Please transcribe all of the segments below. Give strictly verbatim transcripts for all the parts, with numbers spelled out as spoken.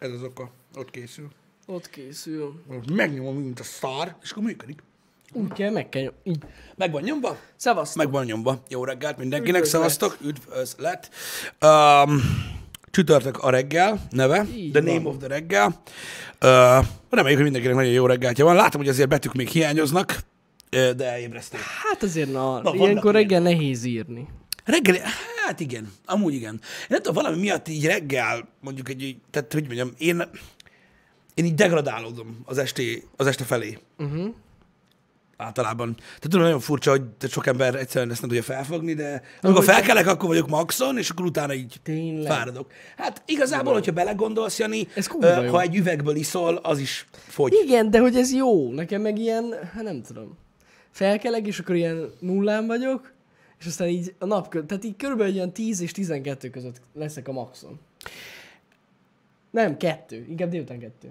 Ez az oka. Ott készül. Ott készül. Megnyomom, mint a szar, és akkor működik. Úgy kell, meg kell nyom. Így. Meg van nyomva? Szevasztok. Meg van nyomva. Jó reggelt mindenkinek, Üdvözlet. szevasztok. Üdvözlet. Um, csütörtök a reggel neve, Így the van. name of the reggel. Uh, reméljük, hogy mindenkinek nagyon jó reggeltje van. Látom, hogy azért betűk még hiányoznak, de elébrezték. Hát azért, na, Na, na vannak ilyenkor ilyen. reggel nehéz írni. Reggel, hát igen, amúgy igen. Én nem tudom, valami miatt így reggel, mondjuk egy, így- tehát hogy mondjam, én, én így degradálódom az, esti, az este felé. Uh-huh. Általában. Tehát tudom, nagyon furcsa, hogy sok ember egyszerűen ezt nem tudja felfogni, de amikor hogy- felkelek, akkor vagyok maxon, és akkor utána így Tényleg? fáradok. Hát igazából, hogyha belegondolsz, Jani, Ez kurva ö, jó. ha egy üvegből iszol, az is fogy. Igen, de hogy ez jó. Nekem meg ilyen, hát nem tudom. Felkelek, és akkor ilyen nullán vagyok, és aztán így a nap között, tehát így körülbelül ilyen tíz és tizenkettő között leszek a maxon. Nem, kettő. Inkább délután kettő.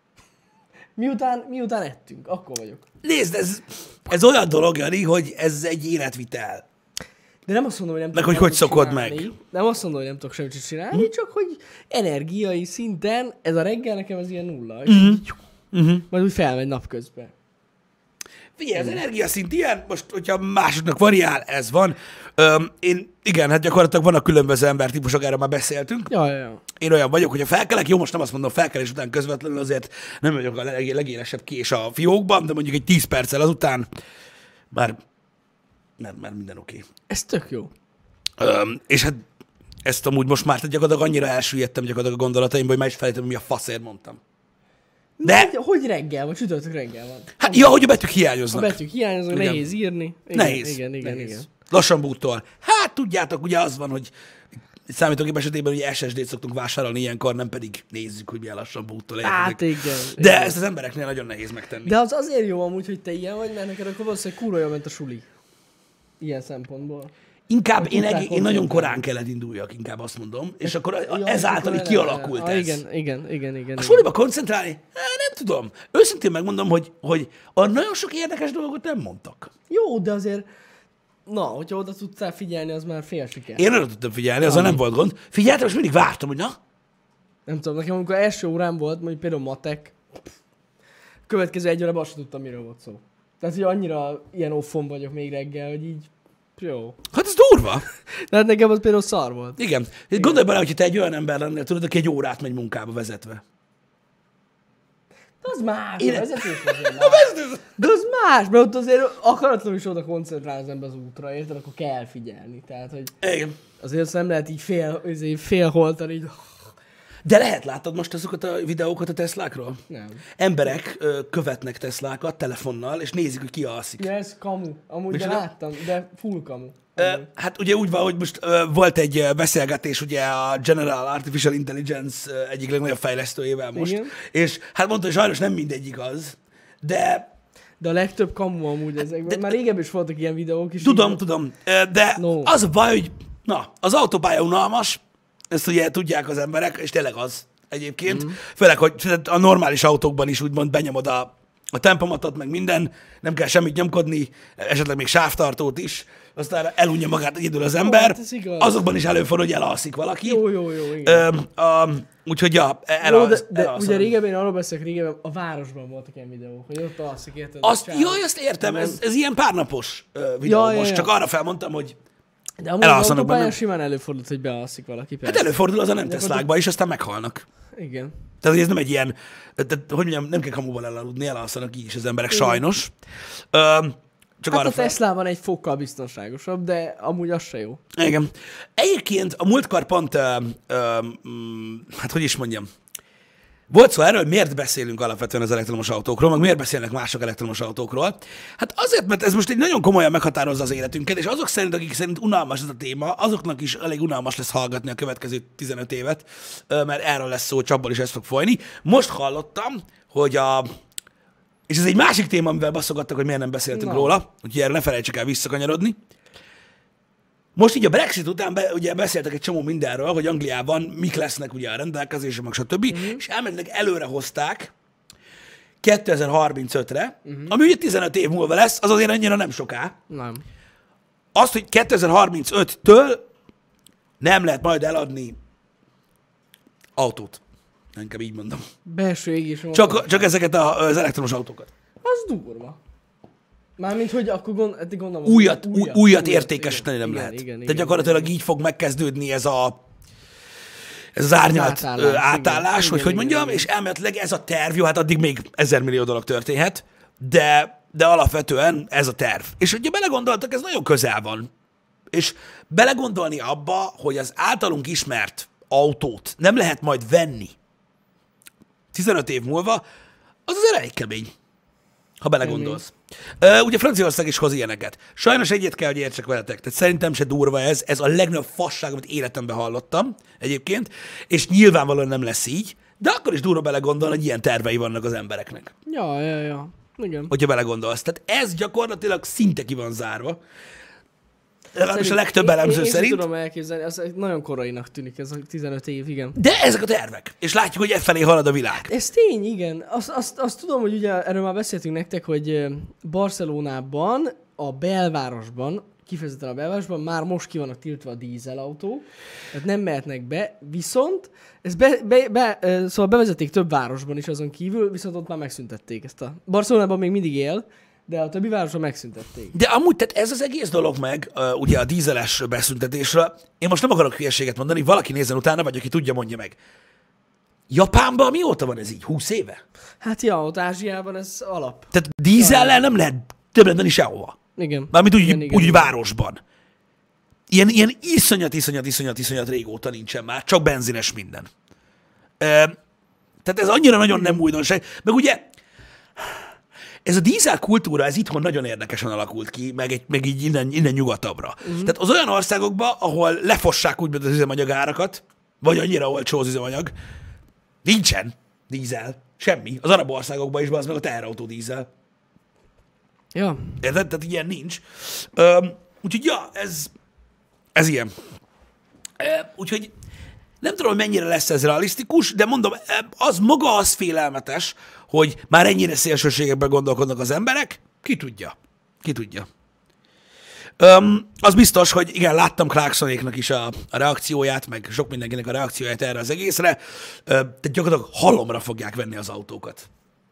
Miután, miután ettünk, akkor vagyok. Nézd, ez, ez olyan dolog, Jani, hogy ez egy életvitel. De nem azt mondom, hogy nem Meg tudok hogy hogy semmit szokod csinálni. meg. Nem azt mondom, hogy nem tudok semmit csinálni, hm? csak hogy energiai szinten ez a reggel nekem ez ilyen nulla. És Mhm. így, Uh-huh. majd úgy felmegy napközben. Figyelj, az energiaszint ilyen, most, hogyha másoknak variál, ez van. Öm, én, igen, hát gyakorlatilag vannak különböző embertípusok, erről már beszéltünk. Ja, ja, ja. Én olyan vagyok, hogy a felkelek, jó, most nem azt mondom, felkelés után közvetlenül azért nem vagyok a leg- legélesebb kés a fiókban, de mondjuk egy tíz perccel azután már, már, már minden oké. Ez tök jó. Okay. És hát ezt amúgy most már tehát gyakorlatilag annyira elsüllyedtem gyakorlatilag a gondolataimba, hogy már is felejtem, mi a faszért mondtam. De, Hogy, hogy reggel van, csütörtök reggel van. hát, ja, hogy a betűk A hiányoznak. betűk hiányoznak, Igen. nehéz írni. Igen, Nehéz. Igen, igen, nehéz. igen. Lassan bútol. Hát tudjátok, ugye az van, hogy egy számítógép esetében ugye es es dét szoktunk vásárolni ilyenkor, nem pedig nézzük, hogy milyen lassan bútol. Hát értitek? igen. De igen. ezt az embereknél nagyon nehéz megtenni. De az azért jó amúgy, hogy te ilyen vagy, mert neked akkor valószínűleg kurva jó ment a suli. Ilyen szempontból. Inkább Hogy én, tudták egy, én nagyon koncentrálni. korán kellett induljak, inkább azt mondom, és akkor a- Ja, ezáltal akkor így kialakult ah, ez. Igen, igen, igen, igen. A suliba koncentrálni? Hát, nem tudom. Őszintén megmondom, hogy, hogy a nagyon sok érdekes dolgot nem mondtak. Jó, de azért, na, hogyha oda tudtál figyelni, az már fél siker. Én arra tudtam figyelni, azzal nem volt gond. Figyeltem, és mindig vártam, hogy na, Nem tudom, nekem amikor első órám volt, mondjuk például matek, következő egy órában azt sem tudtam, miről volt szó. Tehát, hogy annyira ilyen offon vagyok még reggel, hogy így, jó. hát ez durva. Tehát nekem az például szar volt. Igen. Igen. Gondolj bele, hogy te egy olyan ember lennél, tudod, aki egy órát megy munkába vezetve. De az más, Én- a vezetés azért más. De az más, mert ott azért akaratlanul is oda koncentrál az ember az útra, érted? Akkor kell figyelni. Tehát, hogy Igen. azért azt nem lehet így fél, azért fél holtan így, De lehet, láttad most azokat a videókat a Teslákról? nem. Emberek ö, követnek Teslákat telefonnal, és nézik, hogy ki alszik. Ja, ez kamu. Amúgy de Micsoda? láttam, de full kamu. Ö, Amúgy. hát ugye úgy van, hogy most ö, volt egy ö, beszélgetés ugye a General Artificial Intelligence ö, egyik legnagyobb fejlesztőjével most, Igen. és hát mondta, hogy sajnos nem mindegyik az, de De a legtöbb kamu amúgy ezekben. de- Már régebben is voltak ilyen videók is. tudom, így- tudom, ö, de No. az a baj, hogy na, az autópálya unalmas, ezt ugye tudják az emberek, és tényleg az egyébként, mm. főleg, hogy tehát a normális autókban is úgymond benyomod a, a tempomatot, meg minden, nem kell semmit nyomkodni, esetleg még sávtartót is, aztán elunja magát egyedül az ember, hát ez igaz. azokban is előfordul, hogy elalszik valaki. Jó, jó, jó, igen. Ö, a, úgyhogy ja, Jó, elalsz, de, de elalszom. ugye régebben, én arról beszélek, régebben a városban voltak ilyen videók, hogy ott alszik, érted? Azt, Csávó. jaj, azt értem, ez, ez ilyen párnapos ö, videó Ja, ja, most, ja. csak arra felmondtam, hogy De amúgy az elalszanak autópályán benne. simán előfordult, hogy bealszik valaki, hát persze. előfordul az a nem De Teslákba is, aztán meghalnak. Igen. Tehát hogy ez nem egy ilyen, tehát, hogy mondjam, nem kell kamuval elaludni, elalszanak így is az emberek, sajnos. Ö, csak Hát arra a fel... Teslában egy fokkal biztonságosabb, de amúgy az se jó. Igen. Egyébként a múltkor pont, ö, ö, mm, hát hogy is mondjam, volt szó erről, hogy miért beszélünk alapvetően az elektromos autókról, meg miért beszélnek mások elektromos autókról. Hát azért, mert ez most egy nagyon komolyan meghatározza az életünket, és azok szerint, akik szerint unalmas ez a téma, azoknak is elég unalmas lesz hallgatni a következő tizenöt évet, ö, mert erről lesz szó, csapból is ez fog folyni. Most hallottam, hogy a... És ez egy másik téma, amivel baszogattak, hogy miért nem beszéltünk Na. róla, úgyhogy erre ne felejtsük el visszakanyarodni. Most így a Brexit után be, ugye beszéltek egy csomó mindenről, hogy Angliában mik lesznek ugye a rendelkezések, meg stb. Uh-huh. És elmentek előre hozták kétezer-harmincötre, uh-huh. ami ugye tizenöt év múlva lesz, az azért annyira nem soká. Nem. Azt, hogy kétezer-harmincöttől nem lehet majd eladni autót. Inkább így mondom. Belső égés. Csak, csak ezeket a, az elektromos autókat. Az durva. Mármint, hogy akkor gond, eddig gondolom... Újat, újat, újat, újat értékesíteni nem igen, lehet. Igen, igen, Tehát gyakorlatilag igen. így fog megkezdődni ez a ez az árnyalt átállás, átállás, átállás igen, hogy igen, hogy mondjam, igen, és elméletileg ez a terv, jó, hát addig még ezer millió dolog történhet, de, de alapvetően ez a terv. És hogyha belegondoltak, ez nagyon közel van. És belegondolni abba, hogy az általunk ismert autót nem lehet majd venni tizenöt év múlva, az azért elég kemény, ha belegondolsz. Uh, ugye Franciaország is hoz ilyeneket. Sajnos egyet kell, hogy értsek veletek. Tehát szerintem se durva ez. Ez a legnagyobb fasság, amit életemben hallottam egyébként, és nyilvánvalóan nem lesz így, de akkor is durva belegondolni, hogy ilyen tervei vannak az embereknek. Ja, ja, ja. Igen. Hogyha belegondolsz. Tehát ez gyakorlatilag szinte ki van zárva. Legalábbis a Szerint- legtöbb én- elemző én, én szerint. Én tudom elképzelni, ez nagyon korainak tűnik ez a tizenöt év, igen. De ezek a tervek. És látjuk, hogy e felé halad a világ. Ez tény, igen. Azt, azt, azt tudom, hogy ugye erről már beszéltünk nektek, hogy ö, Barcelonában, a belvárosban, kifejezetten a belvárosban már most ki vannak tiltva a dízelautók, tehát nem mehetnek be, viszont ez be, be, be, ö, szóval bevezették több városban is azon kívül, viszont ott már megszüntették ezt a... Barcelonában még mindig él, de a többi városban megszüntették. De amúgy, tehát ez az egész dolog meg, uh, ugye a dízeles beszüntetésről, én most nem akarok hülyeséget mondani, valaki nézzen utána, vagy aki tudja, mondja meg. Japánban mióta van ez így? húsz éve? Hát ja, ott Ázsiában ez alap. Tehát dízellel nem lehet többet menni sehova. Igen. Mármint úgy, igen, úgy, igen, úgy igen. városban. Ilyen, ilyen iszonyat, iszonyat, iszonyat, iszonyat régóta nincsen már, csak benzines minden. Ö, tehát ez annyira nagyon nem újdonság. Meg ugye ez a dízel kultúra, ez itthon nagyon érdekesen alakult ki, meg, egy, meg így innen, innen nyugatabbra. Uh-huh. Tehát az olyan országokban, ahol lefossák úgymond az üzemanyagárakat, vagy annyira olcsó az üzemanyag, nincsen dízel, semmi. Az arab országokban is, az meg a teherautó dízel. Ja. Érted? Tehát ilyen nincs. Öm, úgyhogy ja, ez, ez ilyen. E, úgyhogy nem tudom, hogy mennyire lesz ez realisztikus, de mondom, az maga az félelmetes, hogy már ennyire szélsőségekben gondolkodnak az emberek. Ki tudja? Ki tudja? Öm, az biztos, hogy igen, láttam Clarksonéknak is a, a reakcióját, meg sok mindenkinek a reakcióját erre az egészre. Ö, tehát gyakorlatilag halomra fogják venni az autókat.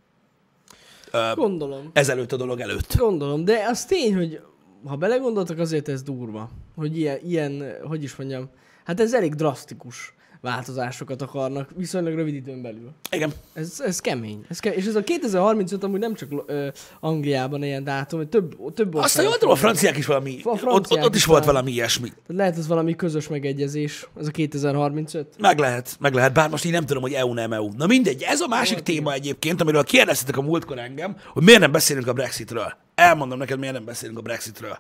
Ö, Gondolom. ezelőtt a dolog előtt. Gondolom, de az tény, hogy ha belegondoltak, azért ez durva. Hogy ilyen, ilyen, hogy is mondjam, hát ez elég drasztikus változásokat akarnak viszonylag rövid időn belül. Igen. Ez, ez kemény. Ez kemény. És ez a kétezer-harmincöt amúgy nem csak ö, Angliában ilyen dátum, hogy több, több Aztán jól tudom, a franciák is valami, A ott, franciák ott, ott is is volt talán. valami ilyesmi. Tehát lehet ez valami közös megegyezés, ez a kétezer-harmincöt. Meg lehet, meg lehet, bár most így nem tudom, hogy é u nem é u. Na mindegy, ez a másik Jó, téma egyébként, amiről kérdeztetek a múltkor engem, hogy miért nem beszélünk a Brexitről. Elmondom neked, miért nem beszélünk a Brexitről.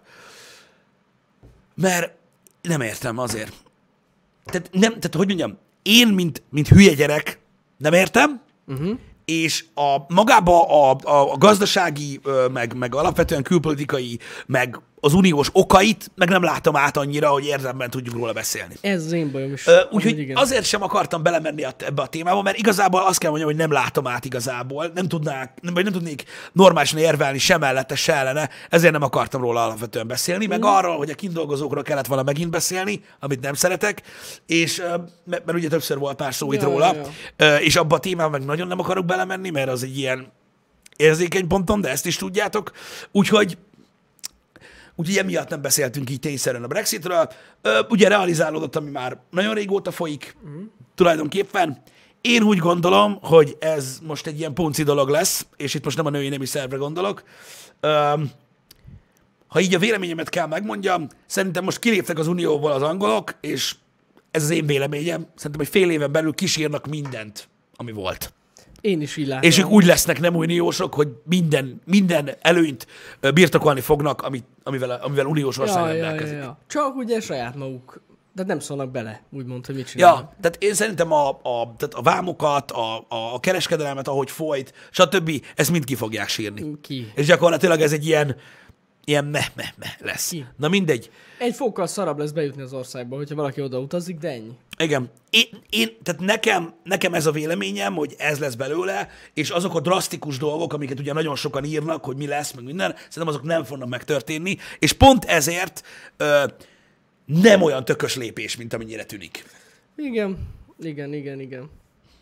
Mert nem értem azért. Tehát, nem, tehát hogy mondjam, én, mint, mint hülye gyerek, nem értem, Uh-huh. és a, magába a, a, a gazdasági, ö, meg, meg alapvetően külpolitikai, meg az uniós okait, meg nem látom át annyira, hogy érdemben tudjuk róla beszélni. Ez az én bajom is. Ö, Amúgy Úgyhogy igen. azért sem akartam belemenni a- ebbe a témába, mert igazából azt kell mondjam, hogy nem látom át igazából, nem tudnák, nem, vagy nem tudnék normálisan érvelni se mellette, se ellene, ezért nem akartam róla alapvetően beszélni, meg arról, hogy a kindolgozókról kellett volna megint beszélni, amit nem szeretek, és ö, mert, mert ugye többször volt pár szó itt Ja, róla, ja, ja. Ö, és abba a témába meg nagyon nem akarok belemenni, mert az egy ilyen érzékeny pontom, de ezt is tudjátok. Úgyhogy Úgyhogy emiatt nem beszéltünk így tényszerűen a Brexitről. Ö, ugye realizálódott, ami már nagyon régóta folyik, uh-huh. tulajdonképpen. Én úgy gondolom, hogy ez most egy ilyen punci dolog lesz, és itt most nem a női nemi szervre gondolok. Ö, ha így a véleményemet kell megmondjam, szerintem most kiléptek az Unióból az angolok, és ez az én véleményem, szerintem egy fél éven belül kisírnak mindent, ami volt. Én is így látom. És ők úgy lesznek nem uniósok, hogy minden, minden előnyt ö, birtokolni fognak, amit, amivel, amivel uniós ország ja, ja, ja, rendelkezik. ja. Csak ugye saját maguk. De nem szólnak bele, úgymond, hogy mit csinálnak. Ja, tehát én szerintem a, a, tehát a vámokat, a, a kereskedelmet, ahogy folyt, stb. Ezt mind ki fogják sírni. Ki? És gyakorlatilag ez egy ilyen, ilyen meh-meh-meh lesz. Ki? Na mindegy. Egy fokkal szarabb lesz bejutni az országba, hogyha valaki oda utazik, de ennyi. Igen. Én, én, tehát nekem, nekem ez a véleményem, hogy ez lesz belőle, és azok a drasztikus dolgok, amiket ugye nagyon sokan írnak, hogy mi lesz, meg minden, szerintem azok nem fognak megtörténni, és pont ezért ö, nem olyan tökös lépés, mint amennyire tűnik. Igen, igen, igen, igen.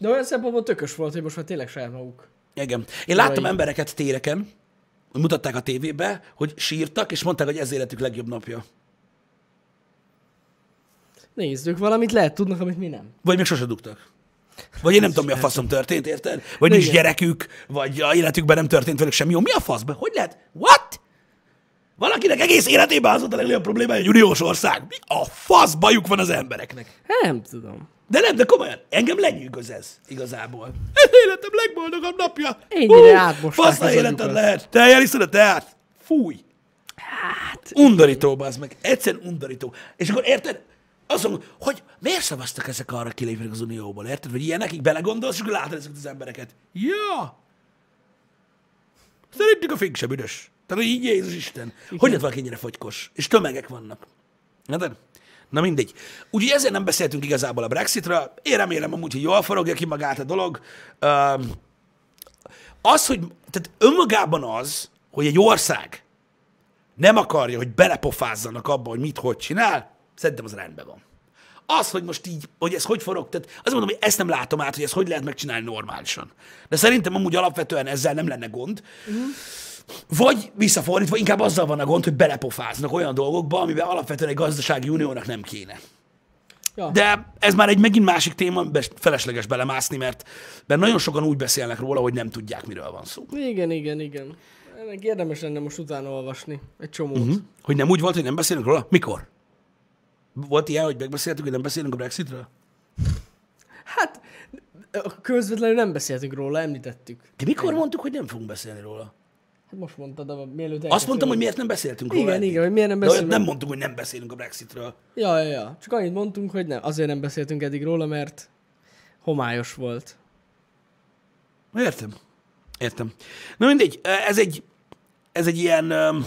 De olyan szempontból tökös volt, hogy most már tényleg saját maguk. Igen. Én láttam Uraim. embereket téreken, hogy mutatták a tévébe, hogy sírtak, és mondták, hogy ez életük legjobb napja. Nézd, ők valamit lehet tudnak, amit mi nem. Vagy még sose dugtak. Vagy én nem tudom, mi a faszom történt, érted? Vagy De nincs igen. gyerekük, vagy a életükben nem történt velük semmi jó. Mi a faszban? Hogy lehet? What? Valakinek egész életében az volt a legnagyobb problémája, egy uniós ország. Mi a fasz bajuk van az embereknek? Hát nem tudom. De nem, de komolyan, engem lenyűgöz ez igazából. Ez életem legboldogabb napja. Ennyire átmosták fasz a az életed agyukat. lehet. Te eliszed a teát. Fúj. Hát, Undorító, bazd meg. Egyszerűen undorító. És akkor érted? Azt mondom, hogy miért szavaztak ezek arra kilépnek az Unióból, érted? Vagy ilyenekig belegondolsz, és akkor látod ezeket az embereket. Ja! Szerintük a fink sem üdös. Tehát, hogy így Jézus Isten. Hogy lett valaki ennyire fogykos? És tömegek vannak. Érted? Na mindegy. Úgyhogy ezért nem beszéltünk igazából a Brexitről. Én remélem amúgy, hogy jól forogja ki magát a dolog. Üm, az, hogy tehát önmagában az, hogy egy ország nem akarja, hogy belepofázzanak abba, hogy mit, hogy csinál, szerintem az rendben van. Az, hogy most így, hogy ez hogy forog, tehát azt mondom, hogy ezt nem látom át, hogy ezt hogy lehet megcsinálni normálisan. De szerintem amúgy alapvetően ezzel nem lenne gond. Uh-huh. Vagy visszafordítva, inkább azzal van a gond, hogy belepofáznak olyan dolgokba, amiben alapvetően egy gazdasági uniónak nem kéne. ja. De ez már egy megint másik téma, amiben felesleges belemászni, mert, mert nagyon sokan úgy beszélnek róla, hogy nem tudják, miről van szó. Igen, igen, igen. Ennek érdemes lenne most utána olvasni egy csomót. Uh-huh. Hogy nem úgy volt, hogy nem beszélünk róla? Mikor? Volt ilyen, hogy megbeszéltük, hogy nem beszélünk a Brexitről? Hát, közvetlenül nem beszéltünk róla, említettük. De mikor mondtuk, hogy nem fogunk beszélni róla? Hát most mondtad, de mielőtt Azt mondtam, hogy miért nem beszéltünk róla. Igen, eddig. igen, hogy miért nem De olyat beszélünk. nem mondtuk, hogy nem beszélünk a Brexitről. Ja, ja, ja. Csak annyit mondtunk, hogy nem. Azért nem beszéltünk eddig róla, mert homályos volt. Értem. Értem. Na mindegy, ez egy, ez egy ilyen um,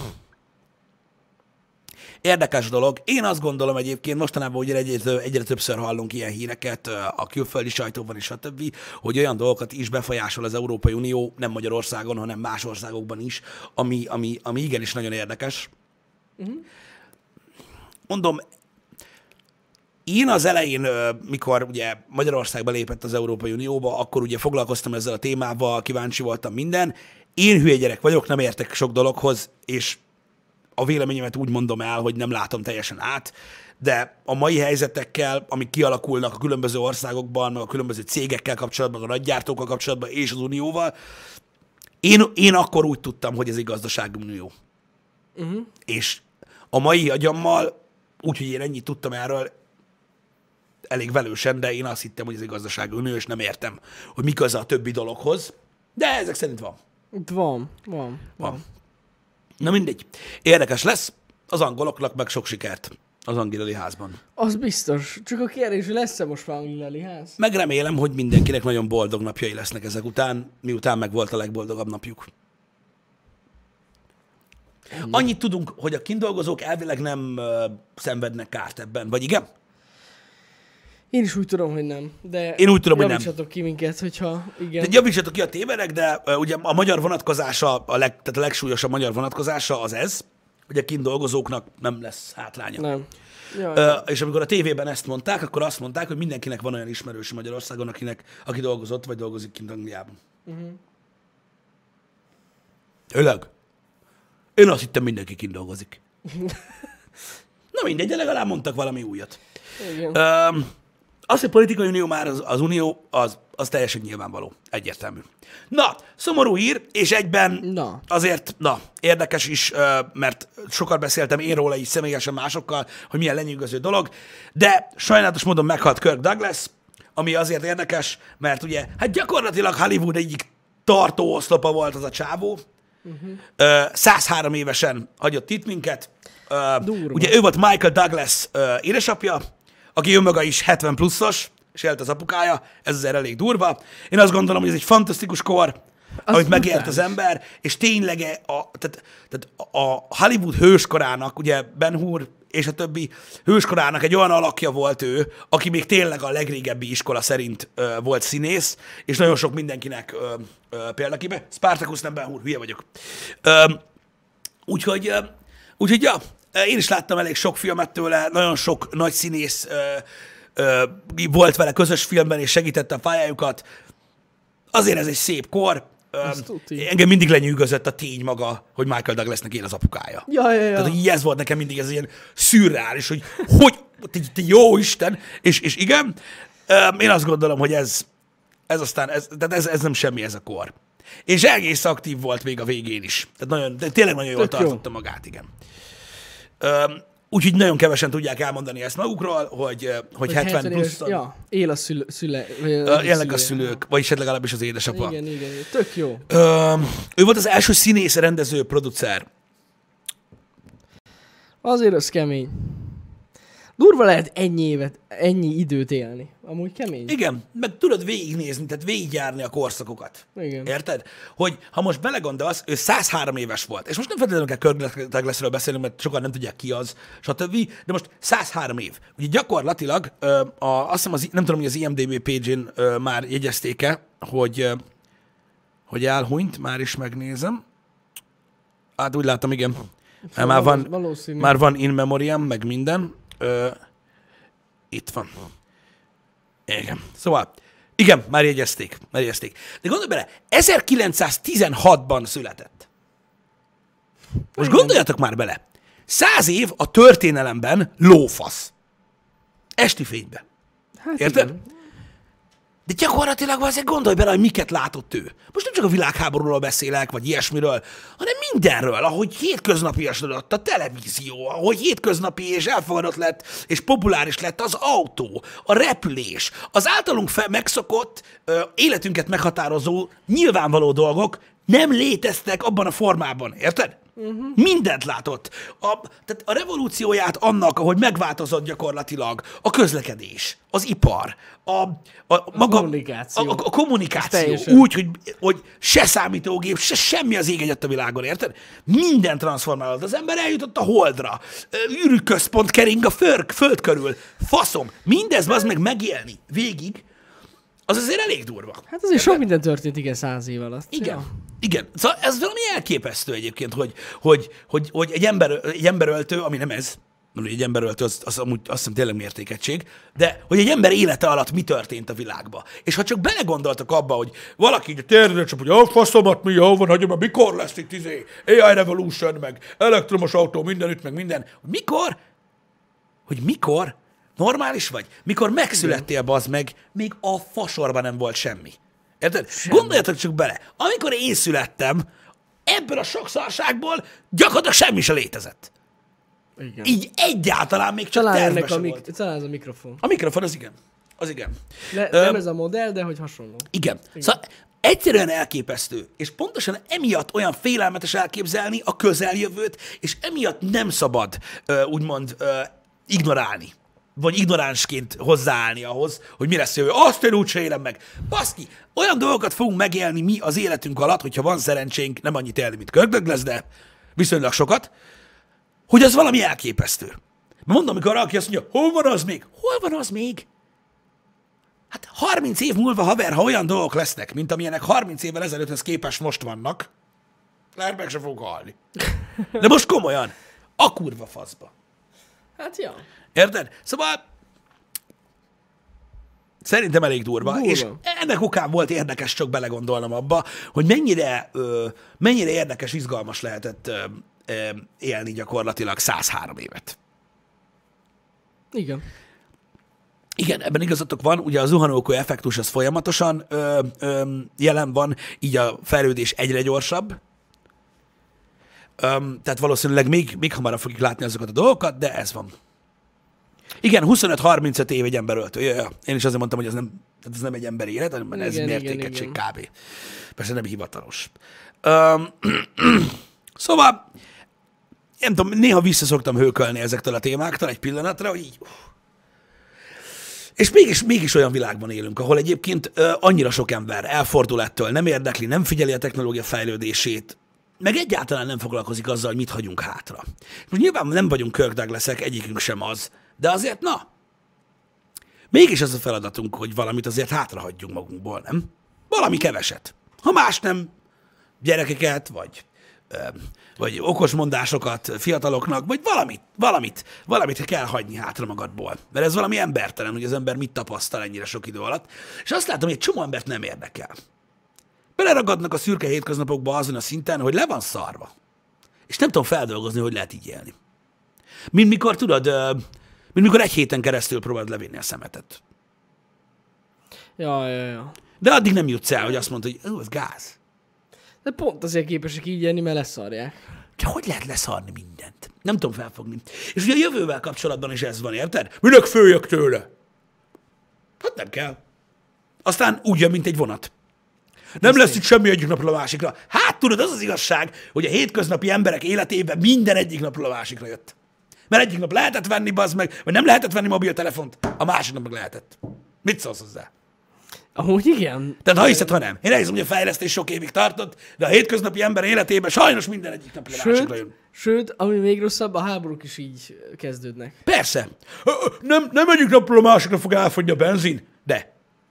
érdekes dolog. Én azt gondolom egyébként, mostanában ugye egyre, egyre többször hallunk ilyen híreket a külföldi sajtóban és stb., hogy olyan dolgokat is befolyásol az Európai Unió, nem Magyarországon, hanem más országokban is, ami, ami, ami igenis nagyon érdekes. Uh-huh. Mondom, én az elején, mikor ugye Magyarország belépett az Európai Unióba, akkor ugye foglalkoztam ezzel a témával, kíváncsi voltam minden. Én hülye gyerek vagyok, nem értek sok dologhoz, és a véleményemet úgy mondom el, hogy nem látom teljesen át, de a mai helyzetekkel, amik kialakulnak a különböző országokban, meg a különböző cégekkel kapcsolatban, a nagygyártókkal kapcsolatban és az Unióval, én, én akkor úgy tudtam, hogy ez egy gazdasági unió. Uh-huh. És a mai agyammal, úgyhogy én ennyit tudtam erről, elég velősen, de én azt hittem, hogy ez egy gazdasági unió, és nem értem, hogy mi köze a többi dologhoz, de ezek szerint van. Itt van, van, van. Van. Na mindegy. Érdekes lesz, az angoloknak meg sok sikert az Angileli házban. Az biztos. Csak a kérdés, hogy lesz-e most már Angileli ház? Meg remélem, hogy mindenkinek nagyon boldog napjai lesznek ezek után, miután meg volt a legboldogabb napjuk. Ennyi. Annyit tudunk, hogy a kindolgozók elvileg nem uh, szenvednek kárt ebben, vagy igen? Én is úgy tudom, hogy nem. De Én úgy tudom, hogy nem. javítsatok ki minket, hogyha igen. De javítsatok ki a tévedek, de uh, ugye a magyar vonatkozása, a leg, tehát a legsúlyosabb magyar vonatkozása az ez, hogy a kindolgozóknak nem lesz hátránya. Nem. Ja, Uh, ja. és amikor a tévében ezt mondták, akkor azt mondták, hogy mindenkinek van olyan ismerős Magyarországon, akinek, aki dolgozott, vagy dolgozik kint Angliában. Uh-huh. Tényleg? Én azt hittem, mindenki kint dolgozik. Na mindegy, de legalább mondtak valami újat. Igen. Uh, az, hogy politikai unió már az, az unió, az, az teljesen nyilvánvaló. Egyértelmű. Na, szomorú hír, és egyben Na. azért, na, érdekes is, mert sokat beszéltem én róla is személyesen másokkal, hogy milyen lenyűgöző dolog, de sajnálatos módon meghalt Kirk Douglas, ami azért érdekes, mert ugye, hát gyakorlatilag Hollywood egyik tartó oszlopa volt az a csávó, uh-huh. százhárom évesen hagyott itt minket. Durva. Ugye ő volt Michael Douglas édesapja, aki ő maga is hetven pluszos, és élt az apukája, ez azért elég durva. Én azt gondolom, hogy ez egy fantasztikus kor, az amit megélt az ember, és tényleg a, tehát, tehát a Hollywood hőskorának, ugye Ben Hur és a többi hőskorának egy olyan alakja volt ő, aki még tényleg a legrégebbi iskola szerint ö, volt színész, és nagyon sok mindenkinek ö, ö, példaképe. Spartacus, nem Ben Hur, hülye vagyok. Ö, úgyhogy, ö, úgyhogy, ja, én is láttam elég sok filmet tőle, nagyon sok nagy színész ö, ö, volt vele közös filmben, és segítette a pályájukat. Azért ez egy szép kor. Ö, engem mindig lenyűgözött a tény maga, hogy Michael Douglasnek én az apukája. Ja, ja, ja. Tehát, hogy ez volt nekem mindig ez ilyen szürreális, hogy hogy, te, te jó Isten, és, és igen, ö, én azt gondolom, hogy ez, ez aztán, ez, tehát ez, ez nem semmi ez a kor. És egész aktív volt még a végén is. Tehát nagyon, de tényleg nagyon jól tartotta magát, igen. Üm, úgyhogy nagyon kevesen tudják elmondani ezt magukról, hogy, hogy hetven plusz. Ja, él a szülő, szüle, élnek a szülők, vagyis hát legalábbis az édesapa. Igen, igen, igen, tök jó. Üm, ő volt az első színész, rendező, producer. Azért az kemény. Durva lehet ennyi évet, ennyi időt élni. Amúgy kemény. Igen, meg tudod végignézni, tehát végigjárni a korszakokat. Igen. Érted? Hogy ha most belegondolsz, ő száz három éves volt, és most nem feltétlenül kell Kirk Douglasről beszélni, mert sokan nem tudják ki az, stb. De most száz három év. Ugye gyakorlatilag, ö, a, azt hiszem, az, nem tudom, hogy az I M D B page-én ö, már jegyezték-e, hogy, ö, hogy elhunyt, már is megnézem. Hát úgy látom, igen. Szóval már, van, már van in memoriam, meg minden. Ö, itt van. Igen. Szóval, igen, már jegyezték. Már jegyezték. De gondolj bele, ezerkilencszáztizenhatban született. Most gondoljatok már bele. Száz év a történelemben lófasz. Esti fényben. Hát érted? Igen. De gyakorlatilag azért gondolj bele, hogy miket látott ő. Most nem csak a világháborúról beszélek, vagy ilyesmiről, hanem mindenről, ahogy hétköznapiasodott a televízió, ahogy hétköznapi és elfogadott lett, és populáris lett az autó, a repülés, az általunk fe- megszokott, ö, életünket meghatározó, nyilvánvaló dolgok nem léteztek abban a formában, érted? Uh-huh. Mindent látott. A, tehát a revolúcióját annak, ahogy megváltozott gyakorlatilag a közlekedés, az ipar, a, a, a maga, kommunikáció, a, a, a kommunikáció úgy, hogy, hogy se számítógép, se semmi az ég egyet a világon, érted? Minden transformálódott. Az ember eljutott a Holdra, űrközpont kering a föld, föld körül, faszom, mindez az meg megélni végig, az azért elég durva. Hát azért sok minden történt, igen, száz év alatt. Igen. Ja. Igen. Szóval ez valami elképesztő egyébként, hogy, hogy, hogy, hogy egy, ember, egy emberöltő, ami nem ez, mert egy emberöltő, az, az amúgy azt hiszem tényleg mértékegység, de hogy egy ember élete alatt mi történt a világban. És ha csak belegondoltak abba, hogy valaki így a térdre csak, hogy a faszomat mi, jó van, hagyom, mikor lesz itt izé, á i Revolution, meg elektromos autó, mindenütt, meg minden. Mikor? Hogy mikor? Normális vagy? Mikor megszülettél, bazd meg, még a fasorban nem volt semmi. Érted? Semmi. Gondoljatok csak bele. Amikor én születtem, ebből a sok szarságból gyakorlatilag semmi se létezett. Igen. Így egyáltalán még csak talán tervbe ennek se a mik- volt. Talán ez a mikrofon. A mikrofon, az igen. Az igen. Le, nem Ö, ez a modell, de hogy hasonló. Igen. igen. Szóval egyszerűen elképesztő, és pontosan emiatt olyan félelmetes elképzelni a közeljövőt, és emiatt nem szabad úgymond ignorálni. Vagy ignoránsként hozzáállni ahhoz, hogy mi lesz jövő. Azt én úgy se élem meg. Baszki, olyan dolgokat fogunk megélni mi az életünk alatt, hogyha van szerencsénk, nem annyit élni, mint Kirk Douglas, de viszonylag sokat, hogy az valami elképesztő. Mondom, amikor valaki azt mondja, hol van az még? Hol van az még? Hát harminc év múlva, haver, ha olyan dolgok lesznek, mint amilyenek harminc évvel ezelőtthez képest most vannak, lehet meg se fog halni. De most komolyan, a kurva faszba. Hát ja. Érted? Szóval szerintem elég durva, durva. És ennek okán volt érdekes csak belegondolnom abba, hogy mennyire, ö, mennyire érdekes, izgalmas lehetett ö, ö, élni gyakorlatilag száz három évet. Igen. Igen, ebben igazatok van, ugye a zuhanókő effektus az folyamatosan ö, ö, jelen van, így a fejlődés egyre gyorsabb. Ö, tehát valószínűleg még, még hamarabb fogjuk látni azokat a dolgokat, de ez van. Igen, huszonöt-harmincöt év egy emberöltő. Ja, ja. Én is azért mondtam, hogy ez nem, ez nem egy emberi élet, hanem igen, ez mértékegység kb. Persze nem hivatalos. Um, szóval, nem tudom, néha visszaszoktam hőkölni ezektől a témáktól egy pillanatra, hogy így... És mégis, mégis olyan világban élünk, ahol egyébként uh, annyira sok ember elfordul ettől, nem érdekli, nem figyeli a technológia fejlődését, meg egyáltalán nem foglalkozik azzal, hogy mit hagyunk hátra. Most nyilván nem vagyunk Kirk Douglasek, egyikünk sem az, de azért, na, mégis az a feladatunk, hogy valamit azért hátrahagyjunk magunkból, nem? Valami keveset. Ha más nem, gyerekeket, vagy vagy okos mondásokat fiataloknak, vagy valamit, valamit, valamit kell hagyni hátra magadból. Mert ez valami embertelen, hogy az ember mit tapasztal ennyire sok idő alatt. És azt látom, hogy egy csomó embert nem érdekel. Beleragadnak a szürke hétköznapokba azon a szinten, hogy le van szarva. És nem tudom feldolgozni, hogy lehet így élni. Mint mikor, tudod, mint mikor egy héten keresztül próbálod levinni a szemetet. Ja, ja, ja. De addig nem jutsz el, hogy azt mondod, hogy ez gáz. De pont azért képesek így élni, mert leszarják. De hogy lehet leszarni mindent? Nem tudom felfogni. És ugye a jövővel kapcsolatban is ez van, érted? Minek följök tőle? Hát nem kell. Aztán úgy jön, mint egy vonat. Nem Ezt lesz én. Itt semmi egyik napról a másikra. Hát tudod, az az igazság, hogy a hétköznapi emberek életében minden egyik napról a másikra jött. Mert egyik nap lehetett venni, bazd meg, vagy nem lehetett venni mobiltelefont, a másik nap meg lehetett. Mit szólsz hozzá? Amúgy igen. Tehát ha hiszed, ha nem. Én elhiszem, hogy a fejlesztés sok évig tartott, de a hétköznapi ember életében sajnos minden egyik napról a másikra jön. Sőt, ami még rosszabb, a háborúk is így kezdődnek. Persze. Nem, nem egyik napról a másikra fog elfogyni a benzin, de.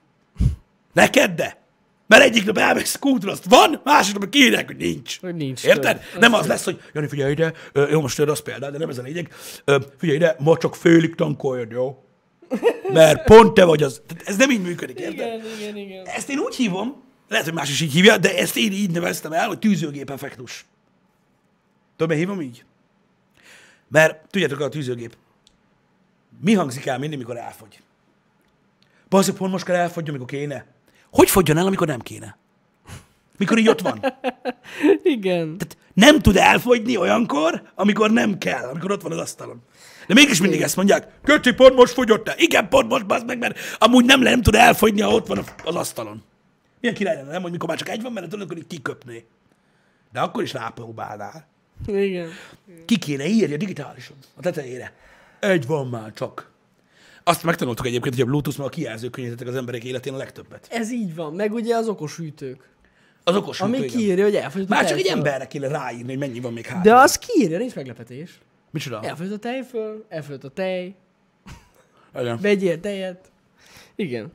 Neked de. Mert egyik nap elmész kútra, azt van, másik nap kiírják, hogy nincs. Hogy nincs. Érted? Tőle. Nem az lesz, hogy Jani, figyelj ide, jó, most rossz példa, de nem ez a lényeg. Figyelj ide, ma csak félig tankoljad, jó? Mert pont te vagy az. Ez nem így működik, érted? Igen, igen, igen. Ezt én úgy hívom, lehet, hogy más is így hívja, de ezt én így neveztem el, hogy tűzőgép effektus. Tudod, miért hívom így? Mert tudjátok, a tűzőgép. Mi hangzik el mindig, mikor elfogy? Bazd, pont most kell elfogyjon, amikor kéne. Hogy fogjon el, amikor nem kéne? Mikor így ott van. Igen. Tehát nem tud elfogyni olyankor, amikor nem kell, amikor ott van az asztalon. De mégis mindig ezt mondják, Köti, pont most fogyott el. Igen, pont most, bazd meg, mert amúgy nem, nem tud elfogyni, ha ott van az asztalon. Milyen király lenne, nem, hogy mikor már csak egy van, mert tudod, akkor így kiköpné. De akkor is rápróbálnál. Igen. Ki kéne írja digitálisan a tetejére. Egy van már csak. Azt megtanultuk egyébként, hogy a Bluetooth meg a kijelzők könnyítettek az emberek életén a legtöbbet. Ez így van. Meg ugye az okos hűtők. Az okos hűtő, ami kiírja, hogy elfogyott a már csak egy tejföl. emberre kéne ráírni, hogy mennyi van még hátra. De az kiírja, nincs meglepetés. Micsoda? Elfogyott a tejföl, elfogyott a tej, Igen. vegyél tejet. Igen.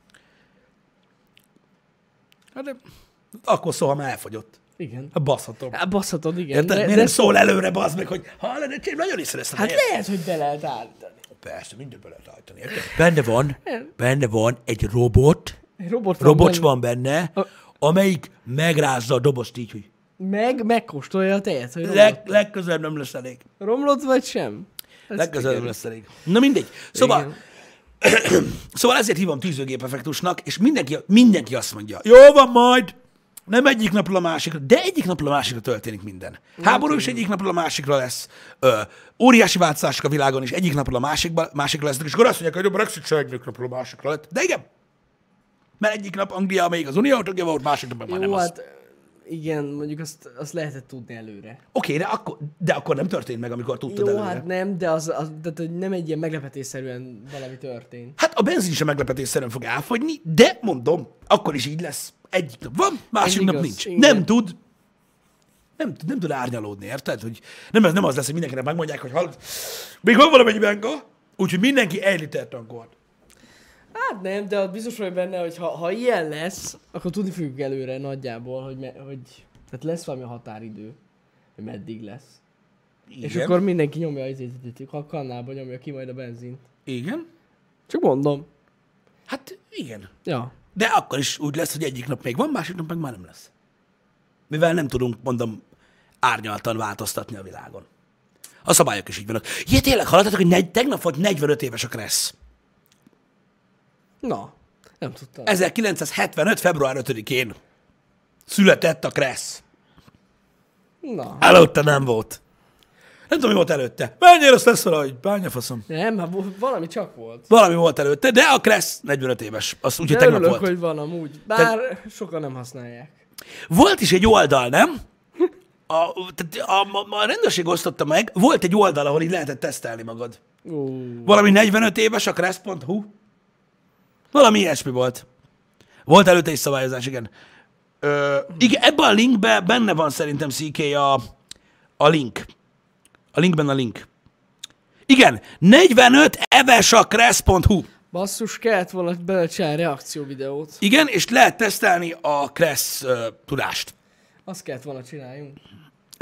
Hát de akkor szól, ha már elfogyott. Igen. Hát baszhatom. Hát baszhatod, igen. Érted? De, Miért de nem szól előre, bazd meg, hogy hallod, de én nagyon is szeretem. hát lehet, hogy be lehet állítani. Persze, mindent be lehet állítani. Érted? Benne van, benne van egy robot, Egy robot van robocs benne. van benne, amelyik megrázza a dobozt így, hogy Meg megkóstolja a tejet, hogy romlott, leg, legközelebb nem lesz elég. romlott vagy sem. Ez Legközelebb nem igen. lesz elég. Na mindegy. Szóval, Igen. szóval ezért hívom tűzőgép effektusnak, és mindenki, mindenki azt mondja, jó van majd, nem egyik napról a másikra, de egyik napról a másikra történik minden. Háború is egyik napról a másikra lesz, ö, óriási változások a világon is egyik napról a másikba, másikra lesznek, és akkor azt mondják, hogy a Brexit se egyik napról a másikra lett. De igen, mert egyik nap Anglia, amelyik az Unió tagja volt, másik napban már nem Jó, az. hát igen, mondjuk azt, azt lehetett tudni előre. Oké, de akkor, de akkor nem történt meg, amikor tudtad Jó, előre. hát nem, de az, az de, de nem egy ilyen meglepetésszerűen valami történt. Hát a benzin sem meglepetésszerűen fog elfogyni, de mondom, akkor is így lesz. Egyik nap van, másik Ez nap igaz, nincs. igen. Nem tud, nem, tud- nem tud árnyalódni, érted? Hogy nem, nem az lesz, hogy mindenkinek megmondják, hogy hallod, még van valamennyi benga, úgyhogy mindenki egy liter tankolt. Hát nem, de az biztos vagy benne, hogy ha, ha ilyen lesz, akkor tudni fogjuk előre nagyjából, hogy, me, hogy tehát lesz valami határidő, hogy meddig lesz. Igen. És akkor mindenki nyomja az a kannába nyomja ki majd a benzint. Igen. Csak mondom. Hát igen. Ja. De akkor is úgy lesz, hogy egyik nap még van, másik nap meg már nem lesz. Mivel nem tudunk, mondom, árnyaltan változtatni a világon. A szabályok is így vannak. Jé, tényleg hallottatok, hogy negy, tegnap volt negyvenöt éves a Kressz. Na, nem tudtam. ezerkilencszázhetvenöt. február ötödikén született a Kressz. Na. Előtte nem volt. Nem tudom, mi volt előtte. Menjél, azt lesz valahogy, bányafaszom. Nem, hát vo- valami csak volt. Valami volt előtte, de a Kressz negyvenöt éves. Az úgyhogy De tegnap örülök, volt. hogy van amúgy. Bár Te... sokan nem használják. Volt is egy oldal, nem? A, tehát a, a, a rendőrség osztotta meg, volt egy oldal, ahol így lehetett tesztelni magad. Ó. Valami negyvenöt éves, a kressz pont hu. Valami ilyesmi volt. Volt előtte is szabályozás, igen. Ö, igen, ebben a linkben benne van szerintem cé ká a, a link. A linkben a link. Igen, negyvenöt éves a kressz pont hu. Basszus, kellett volna belecsinálni reakcióvideót. Igen, és lehet tesztelni a Kressz uh, tudást. Azt kellett volna csináljunk.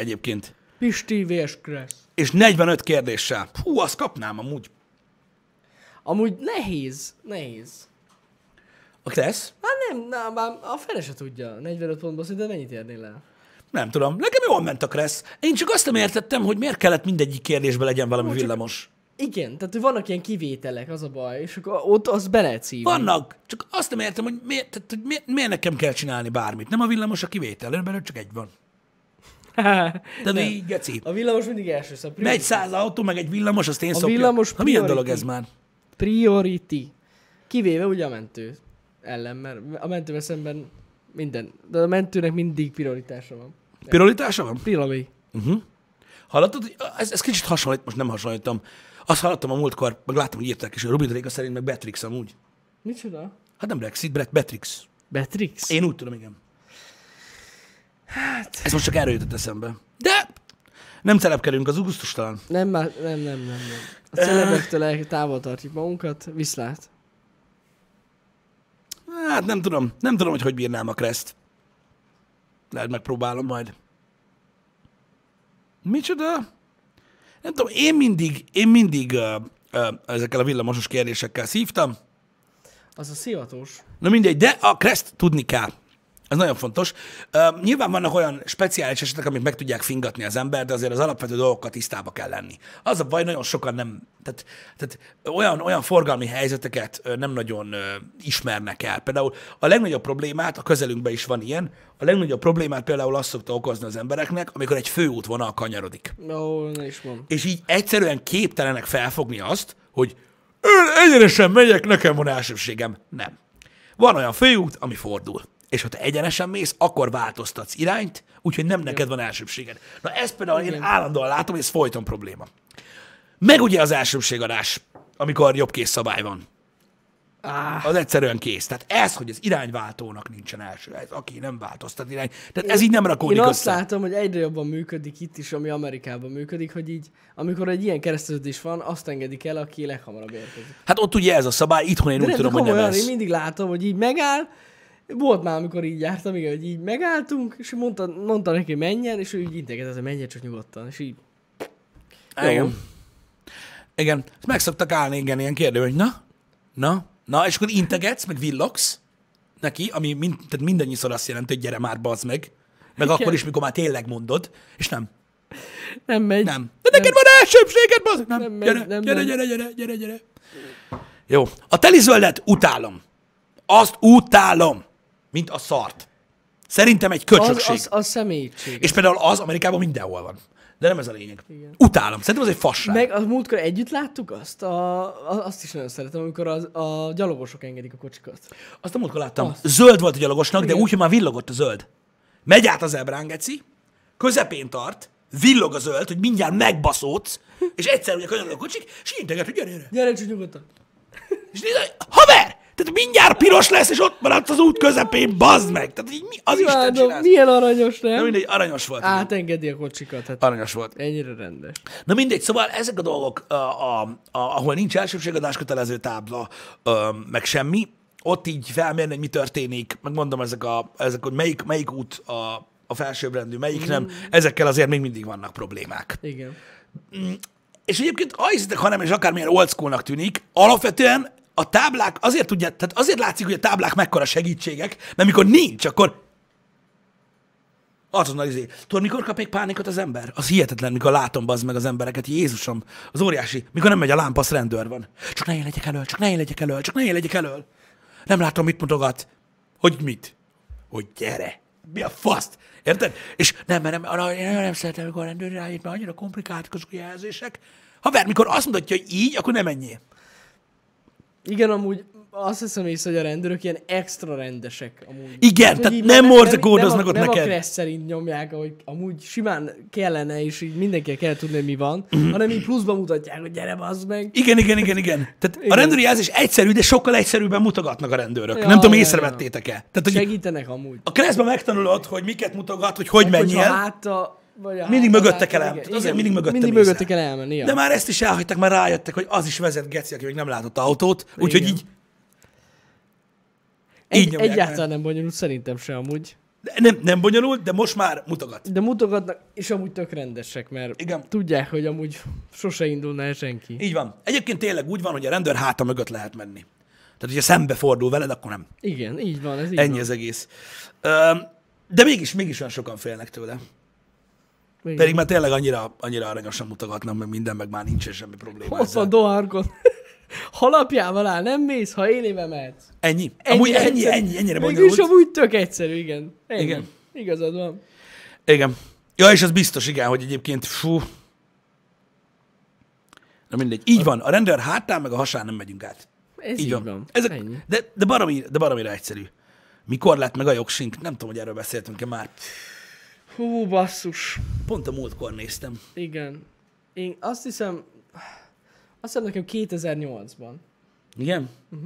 egyébként. Pisti vs. Kressz. És negyvenöt kérdéssel. Hú, azt kapnám amúgy. Amúgy nehéz, nehéz. A Kressz? Hát nem, nem, már a fele se tudja. negyvenöt pontból szinte mennyit érnél el? Nem tudom. Nekem jól ment a Kressz. Én csak azt nem értettem, hogy miért kellett mindegyik kérdésben legyen valami Ó, csak- villamos. Igen, tehát hogy vannak ilyen kivételek, az a baj, és akkor ott az be lehet szívni. Vannak, csak azt nem értem, hogy miért, tehát, hogy miért, miért nekem kell csinálni bármit. Nem a villamos a kivétel, mert csak egy van. De így, geci. A villamos mindig első szám. Megy száz autó, meg egy villamos, azt én A szopja. villamos Ha milyen priority. dolog ez már? Priority. Kivéve ugye a mentő ellen, mert a mentővel szemben minden. De a mentőnek mindig prioritása van. Pirolitása van? Prilami. Uh-huh. Hallottad, hogy ez, ez kicsit hasonlít, most nem hasonlítom. Azt hallottam a múltkor, meg láttam, hogy írták is, hogy Rubin Réka szerint meg Betrix amúgy. Micsoda? Hát nem Brexit, Brett, Betrix. Betrix? Én úgy tudom, igen. Hát... Ez most csak erről jutott eszembe. De nem telepkedünk, az augusztustalan. Nem, már, nem, nem, nem, nem. A celebektől el távol tartjuk magunkat, viszlát. Hát nem tudom, nem tudom, hogy hogy bírnám a Kreszt. Lehet megpróbálom majd. Micsoda? Nem tudom, én mindig, én mindig uh, uh, ezekkel a villamosos kérdésekkel szívtam. Az a szivatós. Na mindegy, de a Kreszt tudni kell. Ez nagyon fontos. Uh, nyilván vannak olyan speciális esetek, amik meg tudják fingatni az ember, de azért az alapvető dolgokkal tisztába kell lenni. Az a baj, nagyon sokan nem, tehát, tehát olyan, olyan forgalmi helyzeteket uh, nem nagyon uh, ismernek el. Például a legnagyobb problémát, a közelünkben is van ilyen, a legnagyobb problémát például azt szokta okozni az embereknek, amikor egy főútvonal kanyarodik. Ó, ne is mond. És így egyszerűen képtelenek felfogni azt, hogy én egyenesen megyek, nekem van elsőbségem. Nem. Van olyan főút, ami fordul. És ha te egyenesen mész, akkor változtatsz irányt, úgyhogy nem neked van elsőbséged. Na ezt például Igen. én állandóan látom, hogy ez folyton probléma. Meg ugye az elsőbségadás, amikor jobbkész szabály van. Ah, Az egyszerűen kész. Tehát ez, hogy az irányváltónak nincsen első, ez, aki nem változtat irány. Tehát ez így nem rakódik én azt össze. látom, hogy egyre jobban működik itt is, ami Amerikában működik, hogy így, amikor egy ilyen kereszteződés van, azt engedik el, aki leghamarabb érkezik. Hát ott ugye ez a szabály, itthon én De úgy nem, tudom, de hogy nem komolyan, én ez. mindig látom, hogy így megáll, volt már, amikor így jártam, igen, hogy így megálltunk, és mondta, mondta neki, menjen, és ő így integetett, hogy menjen csak nyugodtan, és így... Igen. Igen. Ezt meg szoktak állni, igen, ilyen kérdő, hogy na, na, na, és akkor integetsz, meg villogsz neki, ami mind, tehát mindannyiszor azt jelenti, hogy gyere már, bazd meg. Meg Igen. akkor is, mikor már tényleg mondod, és nem. Nem megy. Nem. De neked van elsőbséged, bazd meg. Nem, Nem megy, gyere, nem gyere, megy. gyere, gyere, gyere, gyere. Jó. A telizöldet utálom. Azt utálom, mint a szart. Szerintem egy Az, köcsökség. az, az személyiség. És például az Amerikában mindenhol van. De nem ez a lényeg. Igen. Utálom. Szerintem az egy fasság. Meg az múltkor együtt láttuk azt? A, a, azt is nagyon szeretem, amikor az, a gyalogosok engedik a kocsikat. Azt a múltkor láttam. Azt. Zöld volt a gyalogosnak, de Igen. úgy, hogy már villogott a zöld. Megy át az ebrán, geci, közepén tart, villog a zöld, hogy mindjárt megbaszódsz, és egyszer ugye kanyarodnak a kocsik, és integet, hogy gyere, gyere. Gyere csak nyugodtan. És nézd, haver! Tehát mindjárt piros lesz, és ott maradsz az út közepén, bazd meg! Tehát így mi, az Isten Imádom, csinálsz. milyen aranyos, Na nem? mindegy, aranyos volt. igen. Átengedi a kocsikat, hát Aranyos volt. ennyire rendes. Na mindegy, szóval ezek a dolgok, a, a, a, ahol nincs elsőbségadás kötelező tábla, a, meg semmi, ott így felmérni, hogy mi történik, meg mondom, ezek, a, ezek hogy melyik, melyik út a, a felsőbbrendű, melyik nem, ezekkel azért még mindig vannak problémák. Igen. És egyébként, ha hiszitek, ha nem, és akármilyen old schoolnak tűnik, alapvetően a táblák azért tudják, tehát azért látszik, hogy a táblák mekkora segítségek, mert mikor nincs, akkor azonnal izé. Tudod, mikor kap még pánikot az ember? Az hihetetlen, mikor látom bazd meg az embereket, Jézusom, az óriási, mikor nem megy a lámpa, az rendőr van. Csak ne én legyek elől, csak ne én legyek elől, csak ne én legyek elől. Nem látom, mit mutogat. Hogy mit? Hogy gyere. Mi a faszt? Érted? És nem, mert nem, arra, én nem szeretem, amikor a rendőr rájött, mert annyira komplikáltak azok a jelzések. Haver, mikor azt mutatja, hogy így, akkor nem menjél. Igen, amúgy azt hiszem észre, hogy a rendőrök ilyen extra rendesek amúgy. Igen, hogy tehát így nem nem- morzekódoznak ott nem neked. Nem a kressz szerint nyomják, ahogy amúgy simán kellene, és így mindenki kell tudni, hogy mi van, Mhm. hanem így pluszban mutatják, hogy gyere, bazd meg. Igen, igen, igen, igen. Tehát a Igen. rendőri jelzés egyszerű, de sokkal egyszerűbben mutogatnak a rendőrök. Ja, nem tudom, ja, észrevettétek-e. Tehát, hogy Segítenek amúgy. a keresztben megtanulod, hogy miket mutogat, hogy hogy Hogyha menjél, hátta, vagy a mindig háta- mögötte kell igen, elmenni. Azért igen, mindig mögötte Mindig mész mögötte el. kell elmenni, ja. de már ezt is elhagytak, már rájöttek, hogy az is vezet geci, aki még nem látott autót, úgyhogy Igen. így így Egy, nyomják egyáltalán el. nem bonyolult, szerintem se amúgy. De nem, nem bonyolult, de most már mutogat. De mutogatnak, és amúgy tök rendesek, mert Igen. tudják, hogy amúgy sose indulna el senki. Így van. Egyébként tényleg úgy van, hogy a rendőr háta mögött lehet menni. Tehát, hogyha szembe fordul veled, akkor nem. Igen, így van, ez így Ennyi van. az egész. Ö, de mégis, mégis olyan sokan félnek tőle. Igen. Pedig már tényleg annyira, annyira aranyosan mutogatnak, meg minden, meg már nincsen semmi probléma Ott ezzel. van dohárkod. Ha lapjával áll, nem mész, ha élébe mehetsz. Ennyi. Amúgy ennyi, ennyi, ennyire Mégis bonyolult. amúgy tök egyszerű, igen. Ennyi. Igen. Igazad van. Igen. Ja, és az biztos, igen, hogy egyébként, fú. Na mindegy. Így van. A rendőr hátán, meg a hasán nem megyünk át. Ez Így így van. van. Ezek, Ennyi. de, de, baromi, de baromira egyszerű. Mikor lett meg a jogsink? Nem tudom, hogy erről beszéltünk-e már. Hú, basszus. Pont a múltkor néztem. Igen. Én azt hiszem, azt hiszem nekem kétezer-nyolcban. Igen?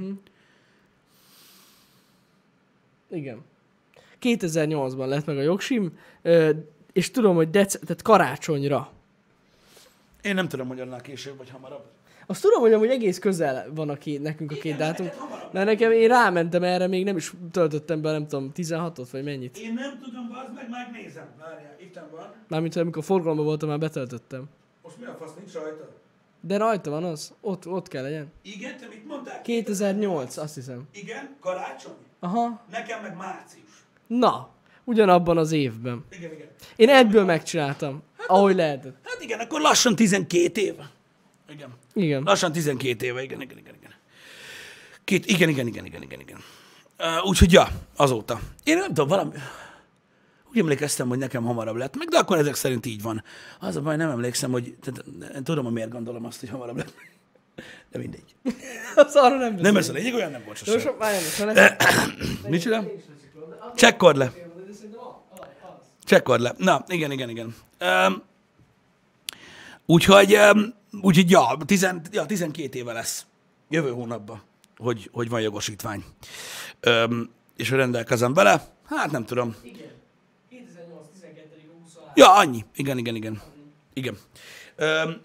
Igen. kétezer-nyolcban lett meg a jogsim, ö, és tudom, hogy dec- tehát karácsonyra. Én nem tudom, hogy annál később vagy hamarabb. Azt tudom, hogy amúgy egész közel van a két, nekünk a két dátum, mert nekem én rámentem erre, még nem is töltöttem be, nem tudom, tizenhatot vagy mennyit. Én nem tudom, bazd meg, megnézem. Várjál, itt van. Mármint, hogy amikor forgalomban voltam, már betöltöttem. Most mi a fasz, nincs rajta? De rajta van az, ott, ott kell legyen. Igen, te mit mondtál? kétezer-nyolc, azt hiszem. Igen, karácsony. Aha. Nekem meg március. Na, ugyanabban az évben. Igen, igen. Én egyből megcsináltam, ahogy lehetett. Hát igen, akkor lassan tizenkét éve. Igen. Igen. Lassan tizenkét éve, igen, igen, igen, igen. Két, igen, igen, igen, igen, igen, igen. Uh, úgyhogy ja, azóta. Én nem tudom, valami... Úgy emlékeztem, hogy nekem hamarabb lett meg, de akkor ezek szerint így van. Az a baj, nem emlékszem, hogy... Tehát, én tudom, hogy miért gondolom azt, hogy hamarabb lett meg. De mindegy. Az arra nem Nem ez a lényeg, olyan nem volt Jó, sosem. so, várjál, most, ha lesz... Mit csinál? Csekkord le. Csekkord le. Na, igen, igen, igen. Um, úgyhogy, um, úgyhogy ja, tizen, ja, tizenkét éve lesz jövő hónapban, hogy, hogy van jogosítvány. Um, és hogy rendelkezem bele, hát nem tudom. Igen. kétezer-nyolc tizenkettő huszonhárom. Ja, annyi. Igen, igen, igen. Igen. Um,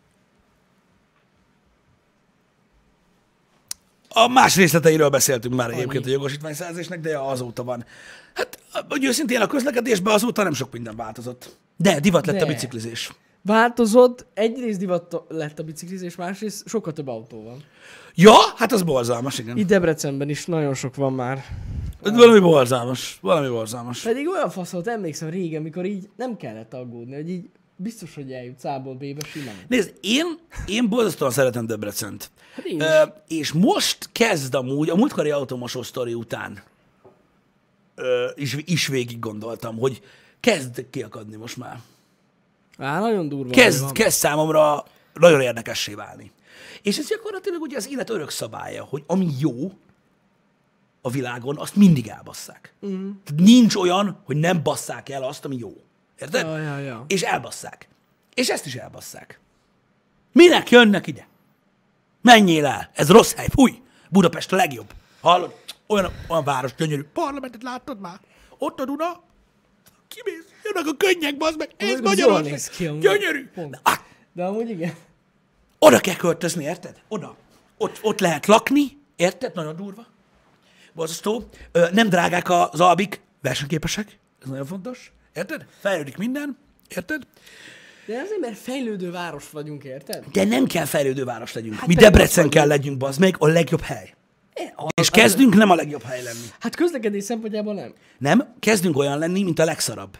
a más részleteiről beszéltünk már egyébként a jogosítványszerzésnek, de ja, azóta van. Hát, hogy őszintén a közlekedésben azóta nem sok minden változott. De divat lett De. a biciklizés. Változott, egyrészt divat lett a biciklizés, másrészt sokkal több autó van. Ja, hát az borzalmas, igen. Itt Debrecenben is nagyon sok van már. Valami borzalmas. Valami borzalmas. Pedig olyan fasz volt, emlékszem régen, mikor így nem kellett aggódni, hogy így biztos, hogy eljutsz A-ból B-be simán. Nézd, én, én borzasztóan szeretem Debrecent. Hát én is. Ö, és most kezd amúgy, a múltkori automosó sztori után ö, is, is végig gondoltam, hogy kezd kiakadni most már. Á, nagyon durva. Kezd, van. kezd számomra nagyon érdekessé válni. És ez gyakorlatilag ugye az élet örök szabálya, hogy ami jó a világon, azt mindig elbasszák. Mm. Tehát nincs olyan, hogy nem basszák el azt, ami jó. Érted? Ja, ja, ja. És elbasszák. És ezt is elbasszák. Minek jönnek ide? Menjél el. Ez rossz hely. Fúj. Budapest a legjobb. Hallod? Olyan, olyan város, gyönyörű. Parlamentet láttad már? Ott a Duna? Kimész. Jönnek a könnyek, bazd meg. Ez Az jól Magyarország. néz ki amúgy. Gyönyörű. Pont. Ah, De amúgy igen. oda kell költözni, érted? Oda. Ott, ott lehet lakni, érted? Nagyon durva. Borzasztó. Ö, nem drágák az albik, versenyképesek. Ez nagyon fontos. Érted? Fejlődik minden. Érted? De azért, mert fejlődő város vagyunk, érted? De nem kell fejlődő város legyünk. Hát Mi pedig Debrecen az kell legyünk, bazd meg, a legjobb hely. É, a, És kezdünk nem a legjobb hely lenni. Hát közlekedés szempontjából nem. Nem? Kezdünk olyan lenni, mint a legszarabb.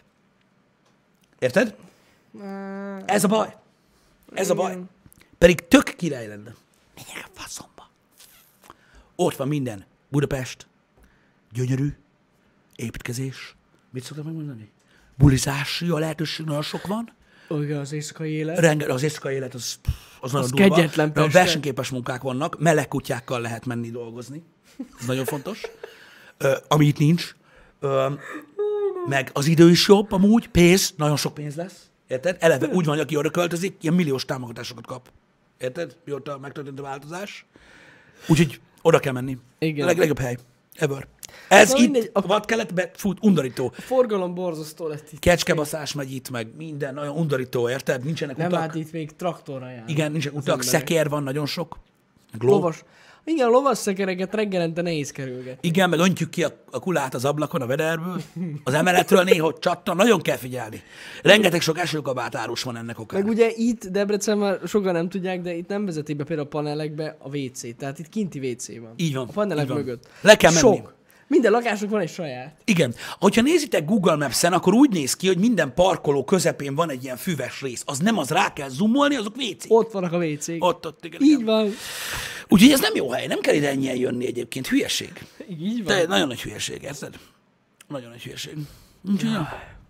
Érted? Ez a baj. Ez a baj. Pedig tök király lenne. Menjek a faszomba. Ott van minden. Budapest. Gyönyörű. Építkezés. Mit szoktak megmondani? Bulizási a lehetőség nagyon sok van. Igen, az éjszakai élet. Renge, az éjszakai élet az, az nagyon Az durva. kegyetlen De a Pesten. versenyképes munkák vannak, meleg kutyákkal lehet menni dolgozni. Ez nagyon fontos. Ö, ami itt nincs. Ö, meg az idő is jobb amúgy, pénz, nagyon sok pénz lesz. Érted? Eleve úgy van, hogy aki oda költözik, ilyen milliós támogatásokat kap. Érted? Mióta megtörtént a változás. Úgyhogy oda kell menni. Igen. A leg, legjobb hely. Ever. Ez Na itt, mindegy, a vadkeletbe fut, undorító. A forgalom borzasztó lett itt. Kecskebaszás megy itt, meg minden, nagyon undorító, érted? Nincsenek Nem, utak. hát itt még traktorra jár. Igen, nincsenek utak, emberek. szekér van nagyon sok. Meg ló. Lovas. Igen, a lovasszekereket reggelente nehéz kerülgetni. Igen, meg öntjük ki a, a kulát az ablakon, a vederből, az emeletről néha ott csattan, nagyon kell figyelni. Rengeteg sok esőkabát árus van ennek okán. Meg ugye itt Debrecenben sokan nem tudják, de itt nem vezetik be például a panelekbe a vé cét. Tehát itt kinti vé cé van. Így van. A panelek így van. mögött. Le kell menni. Sok. Minden lakásnak van egy saját. Igen. Hogyha nézitek Google Maps-en, akkor úgy néz ki, hogy minden parkoló közepén van egy ilyen füves rész. Az nem az, rá kell zoomolni, azok vé cé. Ott vannak a vé cék. Ott, ott, igen. Így igen. van. Úgyhogy ez nem jó hely, nem kell ide ennyien jönni egyébként. Hülyeség. Így van. De nagyon nagy hülyeség, érted? Nagyon nagy hülyeség. Úgyhogy, ja.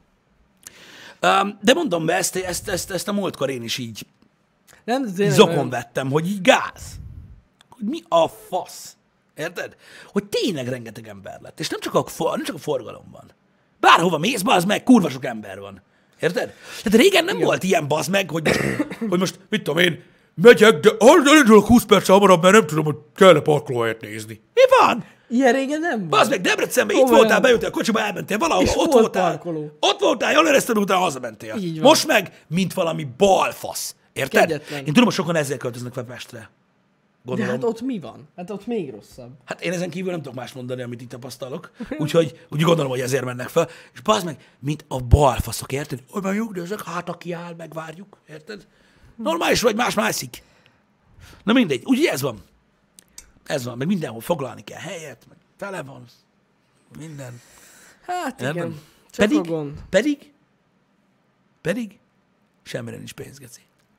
Um, de mondom be, ezt, ezt, ezt, ezt a múltkor én is így Nem, de tényleg zokon nagyon- vettem, hogy így gáz. Hogy mi a fasz. Érted? Hogy tényleg rengeteg ember lett. És nem csak a, for, nem csak a forgalom van. Bárhova mész, bazd meg, kurva sok ember van. Érted? Tehát régen nem Igen. volt ilyen bazd meg, hogy most, hogy most mit tudom én, megyek, de elindulok húsz perc hamarabb, mert nem tudom, hogy kell a parkolóhelyet nézni. Mi van? Ilyen régen nem van. Bazd meg, Debrecenben itt Komolyan. voltál, bejöttél a kocsiba, elmentél valahova, És ott volt voltál. parkoló. Ott voltál, jól érezted, utána hazamentél. Így van. Most meg, mint valami balfasz. Érted? Kegyetlen. Én tudom, hogy sokan ezzel költöznek fel Pestre. De Gondolom. hát ott mi van? Hát ott még rosszabb. Hát én ezen kívül nem tudok más mondani, amit itt tapasztalok. Úgyhogy úgy gondolom, hogy ezért mennek fel. És bazd meg, mint a balfaszok, érted? Hogy már nyugdíjazok, hát aki áll, megvárjuk, érted? Normális vagy, más mászik. Na mindegy, úgyhogy ez van. Ez van, meg mindenhol foglalni kell helyet, meg tele van, minden. Hát Érted? igen. Csak Pedig, a gond. pedig, pedig semmire nincs pénz, geci.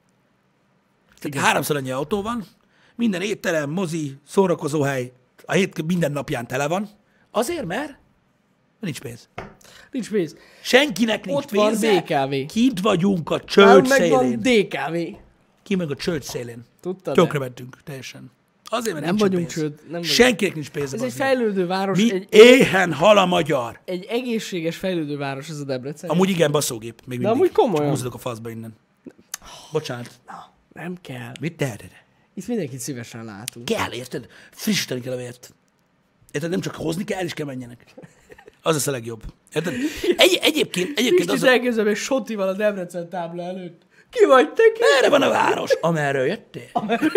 Tehát háromszor annyi autó van, minden étterem, mozi, szórakozóhely, a hét minden napján tele van, azért, mert nincs pénz. Nincs pénz. Senkinek nincs Ott van pénze. bé ká vé. Kint vagyunk a Már csőd meg van szélén. dé ká vé. Ki meg a csőd szélén. Tudtad? Tökre mentünk, teljesen. Azért, mert Nem nincs vagyunk pénz. csőd, nem vagyunk. Senkinek nincs pénze. Ez egy bazd meg. fejlődő város, Mi egy, éhen hal a magyar. egy egészséges fejlődő város ez a Debrecen. Amúgy igen, basszógép. Még mindig. amúgy komolyan. Csak húzzadok a faszba innen. Bocsánat. Na, nem kell. Mit teheted? Itt mindenkit szívesen látunk. Kell, érted? Frissíteni kell a vért. Érted? Nem csak hozni kell, el is kell menjenek. Az lesz a legjobb. Érted? Egy, egyébként, egyébként az Kicsit a... elképzelem egy sotival a Debrecen tábla előtt. Ki vagy te ki? Erre van a város. Amerről jöttél?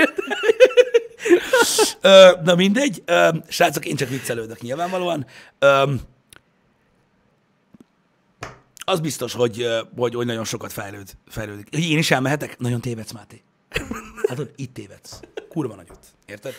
Ö, na mindegy. Ö, srácok, én csak viccelődök nyilvánvalóan. Ö, az biztos, hogy, ö, hogy, hogy nagyon sokat fejlőd, fejlődik. Én is elmehetek? Nagyon tévedsz, Máté. Hát ott itt tévedsz. Kurva nagyot. Érted?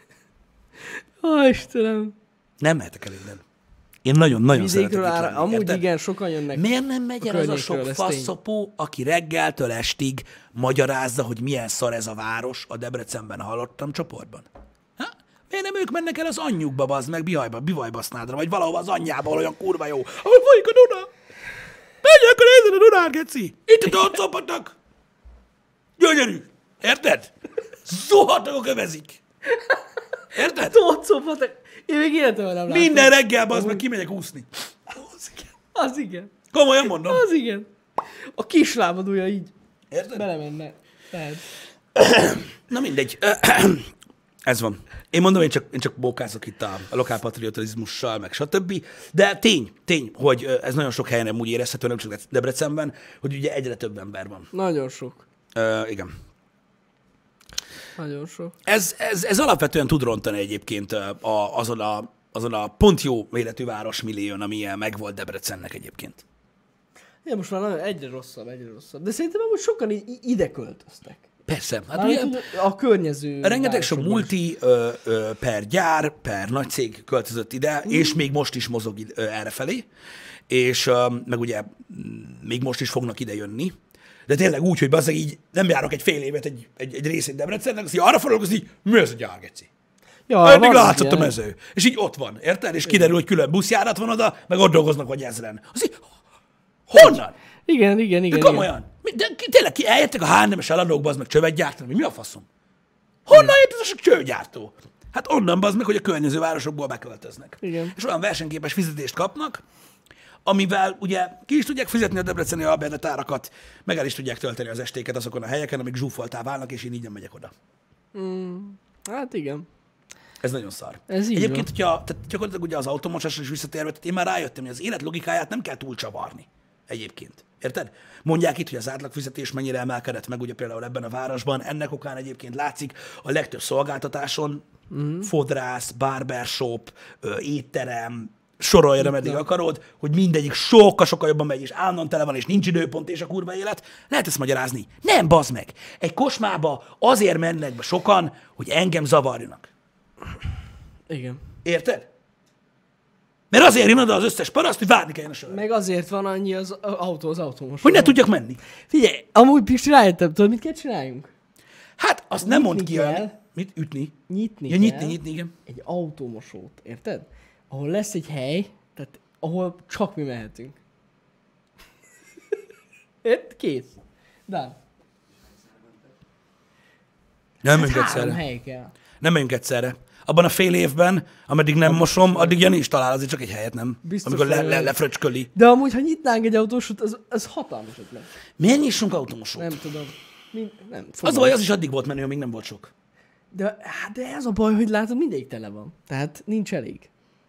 Ó, Istenem. Nem mehetek el innen. Én nagyon-nagyon szeretek Vidékről itt ára. lenni, Amúgy érted? igen, sokan jönnek. Miért nem megy el az a környékről, sok ez tény. faszopó, aki reggeltől estig magyarázza, hogy milyen szar ez a város a Debrecenben hallottam csoportban? Ha? Miért nem ők mennek el az anyjukba, bazd meg, Bihajba, Bivajbasznádra, vagy valahova az anyjába, olyan kurva jó, ahol folyik a Duna? Menj, akkor nézd a Dunán, geci! Itt a dolcopatak! Gyönyörű! Érted? Zuhatagok övezik! Érted? Tócopatak. Én még életemben nem láttam. Minden reggel, bazd meg, kimegyek úszni. Az igen. Az igen. Komolyan mondom. Az igen. A kislábadúja így Érted? belemenne. Tehát. Na mindegy. Ez van. Én mondom, én csak, én csak bókázok itt a, a lokálpatriotizmussal, meg stb. De tény, tény, hogy ez nagyon sok helyen nem úgy érezhető, nem csak Debrecenben, hogy ugye egyre több ember van. Nagyon sok. Uh, igen. Nagyon sok. Ez, ez, ez alapvetően tud rontani egyébként a, azon, a, azon a pont jó méretű városmillión, ami megvolt Debrecennek egyébként. Ja, most már nagyon egyre rosszabb, egyre rosszabb. De szerintem amúgy sokan i- ide költöztek. Persze. Hát Hát ugye, ugye, a környező rengeteg sok városokban multi ö, ö, per gyár, per nagy cég költözött ide, mm. és még most is mozog id- ö, errefelé, és ö, meg ugye m, még most is fognak ide jönni. De tényleg úgy, hogy bazzeg így nem járok egy fél évet egy, egy, egy részét Debrecennek, azt így arra fordulok, az így, mi az a gyár, geci? Ja, Eddig van látszott a ilyen. mező. És így ott van, érted? És kiderül, hogy külön buszjárat van oda, meg ott dolgoznak vagy ezren. Az így, honnan? Igen, igen, igen. De komolyan. De ki- tényleg ki eljöttek a há és em es eladókba, az meg csövet gyártani, mi a faszom? Honnan jött ez a sok csőgyártó? Hát onnan bazd meg, hogy a környező városokból beköltöznek. Igen. És olyan versenyképes fizetést kapnak, amivel ugye ki is tudják fizetni a debreceni albérletárakat, meg el is tudják tölteni az estéket azokon a helyeken, amik zsúfoltá válnak, és én így nem megyek oda. Hát igen. Ez nagyon szar. Ez így Egyébként, hogyha tehát gyakorlatilag ugye az automosásra is visszatérve, tehát én már rájöttem, hogy az élet logikáját nem kell túl csavarni. Egyébként. Érted? Mondják itt, hogy az átlagfizetés mennyire emelkedett meg, ugye például ebben a városban. Ennek okán egyébként látszik a legtöbb szolgáltatáson, mm. fodrász, barbershop, ö, étterem, sorolj, meddig akarod, hogy mindegyik sokkal-sokkal jobban megy, és állandóan tele van, és nincs időpont, és a kurva élet. Lehet ezt magyarázni? Nem, bazd meg! Egy kocsmába azért mennek be sokan, hogy engem zavarjanak. Igen. Érted? Mert azért jön oda az összes paraszt, hogy várni kelljen a sorra. Meg azért van annyi az autó, az autómos. Hogy ne tudjak menni. Figyelj, amúgy Pisti rájöttem, tudod, mit kell csináljunk? Hát, azt nem mondd ki. kell. A... Mit? Ütni? Nyitni Ja, kell nyitni, nyitni, igen. egy autómosót, érted? Ahol lesz egy hely, tehát ahol csak mi mehetünk. Ért? Kész. Done. Nem menjünk Hát három egyszerre. hely kell. Nem menjünk egyszerre. Abban a fél évben, ameddig nem mosom, addig Jani is talál azért csak egy helyet, nem? Biztos, Amikor le, hogy- le, lefröcsköli. De amúgy, ha nyitnánk egy autósot, az, az hatalmas ötlet. Miért nyissunk automosót? Nem tudom. Mi, nem, Az a baj, az is addig volt menő, amíg nem volt sok. De, hát de ez a baj, hogy látod, mindig tele van. Tehát nincs elég.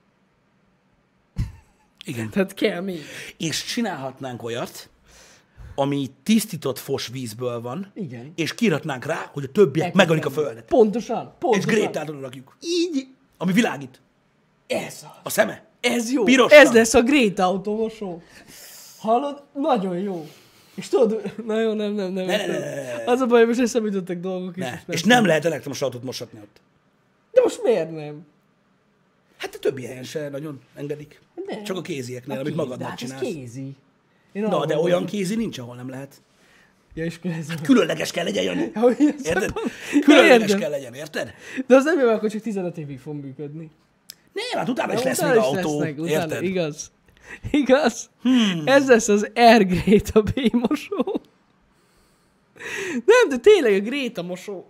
Igen. Tehát kell még. És csinálhatnánk olyat, ami tisztított fos vízből van, Igen. és kiratnánk rá, hogy a többiek megölik a földet. Pontosan, És pontosan. Grétát oda rakjuk. Így. Ami világít. Ez az. A szeme. Ez jó. Pirosan. Ez lesz a Gréta automosó. Hallod? Nagyon jó. És tudod, na jó, nem, nem, nem. Ne, nem. ne, ne, ne. Az a baj, hogy most eszembe jutottak dolgok is. Ne. és És nem lehet elektromos autót mosatni ott. De most miért nem? Hát a többi helyen se nagyon engedik. De. Csak a kézieknél, A amit kéz, de magadnak hát ez csinálsz. kézi. Én Na, arra de gondolom. olyan kézi nincs, ahol nem lehet. Ja, és ez Különleges kell legyen, Jani. Ja, hogy ez Érted? a- Különleges Értem. kell legyen, érted? De az nem jó, akkor csak tizenöt évig fog működni. Nem, hát utána is De lesz utána még is autó, lesznek, utána, érted? Igaz. Igaz? Hmm. Ez lesz az Air Gréta B-mosó. Nem, de tényleg a Gréta mosó.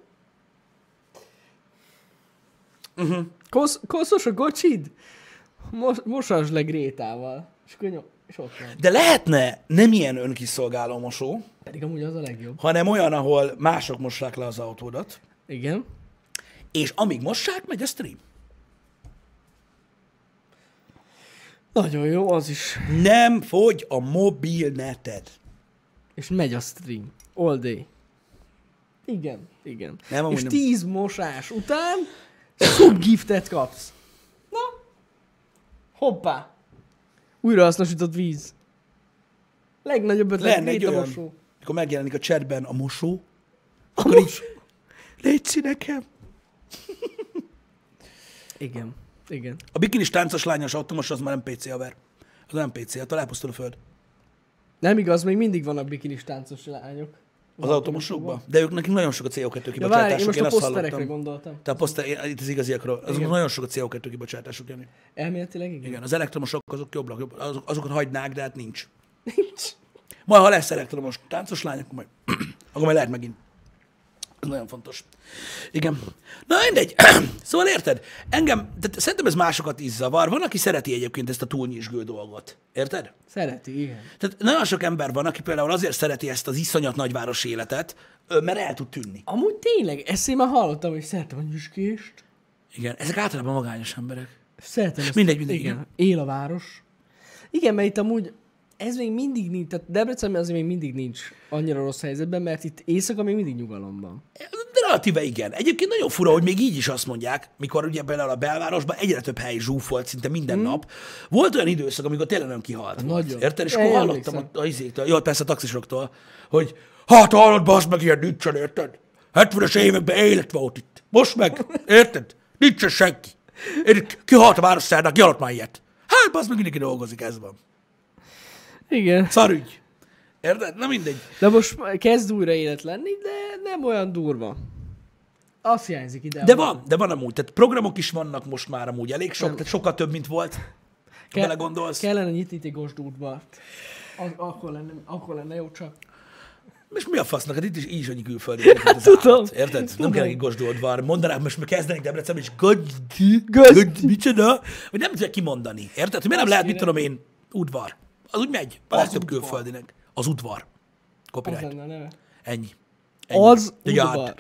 Uh-huh. Kosz, koszos a kocsid? Mos, mosasd le Grétával. És akkor nyom, és ott van. De lehetne nem ilyen önkiszolgáló mosó, Pedig amúgy az a legjobb. hanem olyan, ahol mások mossák le az autódat, Igen. és amíg mossák, megy a stream. Nagyon jó, az is. Nem fogy a mobilneted. És megy a stream. All day. Igen, igen. Nem, amúgy és nem. tíz mosás után subgiftet kapsz. Na. Hoppá. Újrahasznosított víz. Legnagyobb ötlet Lenne egy Gréta olyan, mosó. amikor megjelenik a chatben a mosó, A akkor így, mosó. légy nekem. Igen, igen. A bikinis táncos lányos automos az már nem pé cé haver. Az nem pé cé, attól elpusztul a föld. Nem igaz, még mindig vannak bikinis táncos lányok. Az automosokban. De ők nekik nagyon sok a cé o kettő Ja, várj, én kibocsátásuk, most én a azt poszterekre hallottam. gondoltam. Tehát a poszter, itt az igaziakról, azok nagyon sok a cé o kettő kibocsátásuk, Jani. Elméletileg igen? Igen, az elektromosok azok jobbak, jobb, azok, azokat hagynák, de hát nincs. Nincs. Majd, ha lesz elektromos táncos lány, akkor majd, akkor majd lehet megint. Ez nagyon fontos. Igen. Na mindegy. Szóval érted? Engem, tehát szerintem ez másokat is zavar. Van, aki szereti egyébként ezt a túlnyisgő dolgot. Érted? Szereti, igen. Tehát nagyon sok ember van, aki például azért szereti ezt az iszonyat nagyváros életet, ö, mert el tud tűnni. Amúgy tényleg, ezt én már hallottam, hogy szeretem a nyüskést. Igen, ezek általában magányos emberek. Szeretem ezt. Mindegy, mindegy, Igen. Él a város. Igen, mert itt amúgy ez még mindig nincs, tehát Debrecenben azért még mindig nincs annyira rossz helyzetben, mert itt éjszaka még mindig nyugalomban. De relatíve igen. Egyébként nagyon fura, hogy még így is azt mondják, mikor ugye például a belvárosban egyre több hely zsúfolt szinte minden hmm. nap. Volt olyan időszak, amikor tényleg nem kihalt volt. Nagyon. Érted? És Én akkor hallottam emlékszem. a, a izéktől, jó, persze a taxisoktól, hogy hát hallod, bassz meg, ilyen nincsen, érted? hetvenes években élet volt itt. Most meg, érted? Nincsen senki. Érted? Kihalt a városszárnak, ki hallott már ilyet? Hát, bassz meg, mindenki dolgozik, ez van. Igen. Szarügy. Érted? Na mindegy. De most kezd újra élet lenni, de nem olyan durva. Azt hiányzik ide. De van, de van amúgy. Tehát programok is vannak most már amúgy elég sok, Nem. tehát sokkal több, mint volt. Ha Ke- belegondolsz. Kellene nyitni egy gosdútbart. Az, akkor, lenne, akkor lenne jó csak. És mi a fasznak? Hát itt is így is annyi külföldi. mint az tudom. állat, Érted? Nem kell egy gosdódvar. Mondanák, most már kezdenek Debrecenben, és gosdi, Gosdi. gosdi, micsoda? Hogy nem tudják kimondani. Érted? Hogy miért nem Azt lehet, mit kéne. tudom én, udvar. Az úgy megy. A Az legtöbb udvar. külföldinek. Az udvar. Az Copyright. lenne a neve. Ennyi. Ennyi. Az The yard. udvar.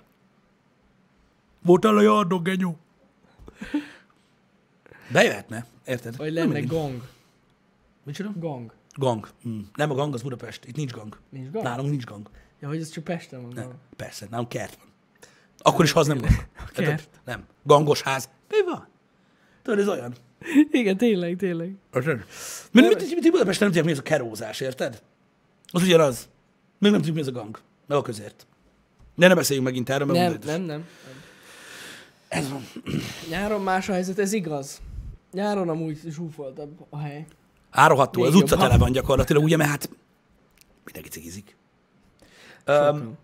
Voltál a yardon, genyó? Bejöhetne. Érted? Vagy Nem lenne mindig. gong. Micsoda? Gong. Gang. Mm. Nem a gang, az Budapest. Itt nincs gang. Nincs gang? Nálunk nincs gang. Ja, hogy ez csak Pesten van. Nem. gang. Persze, nálunk kert van. Akkor is az nem gang. Kert. Nem. Gangos ház. Mi van? Tudod, ez olyan. Igen, tényleg, tényleg. Érted? Mint mit, mit, mit Budapesten nem tudják, mi ez a kerózás, érted? Az ugyanaz. Még nem tudjuk, mi ez a gang. Meg a közért. De ne beszéljünk megint erről, mert Nem, mindegy. nem, nem. Ez van. Nyáron más a helyzet, ez igaz. Nyáron amúgy zsúfoltabb a hely. Ároható, az Még utca jobban. tele van gyakorlatilag, ugye, mert hát mindenki cigizik. Um, Sokan.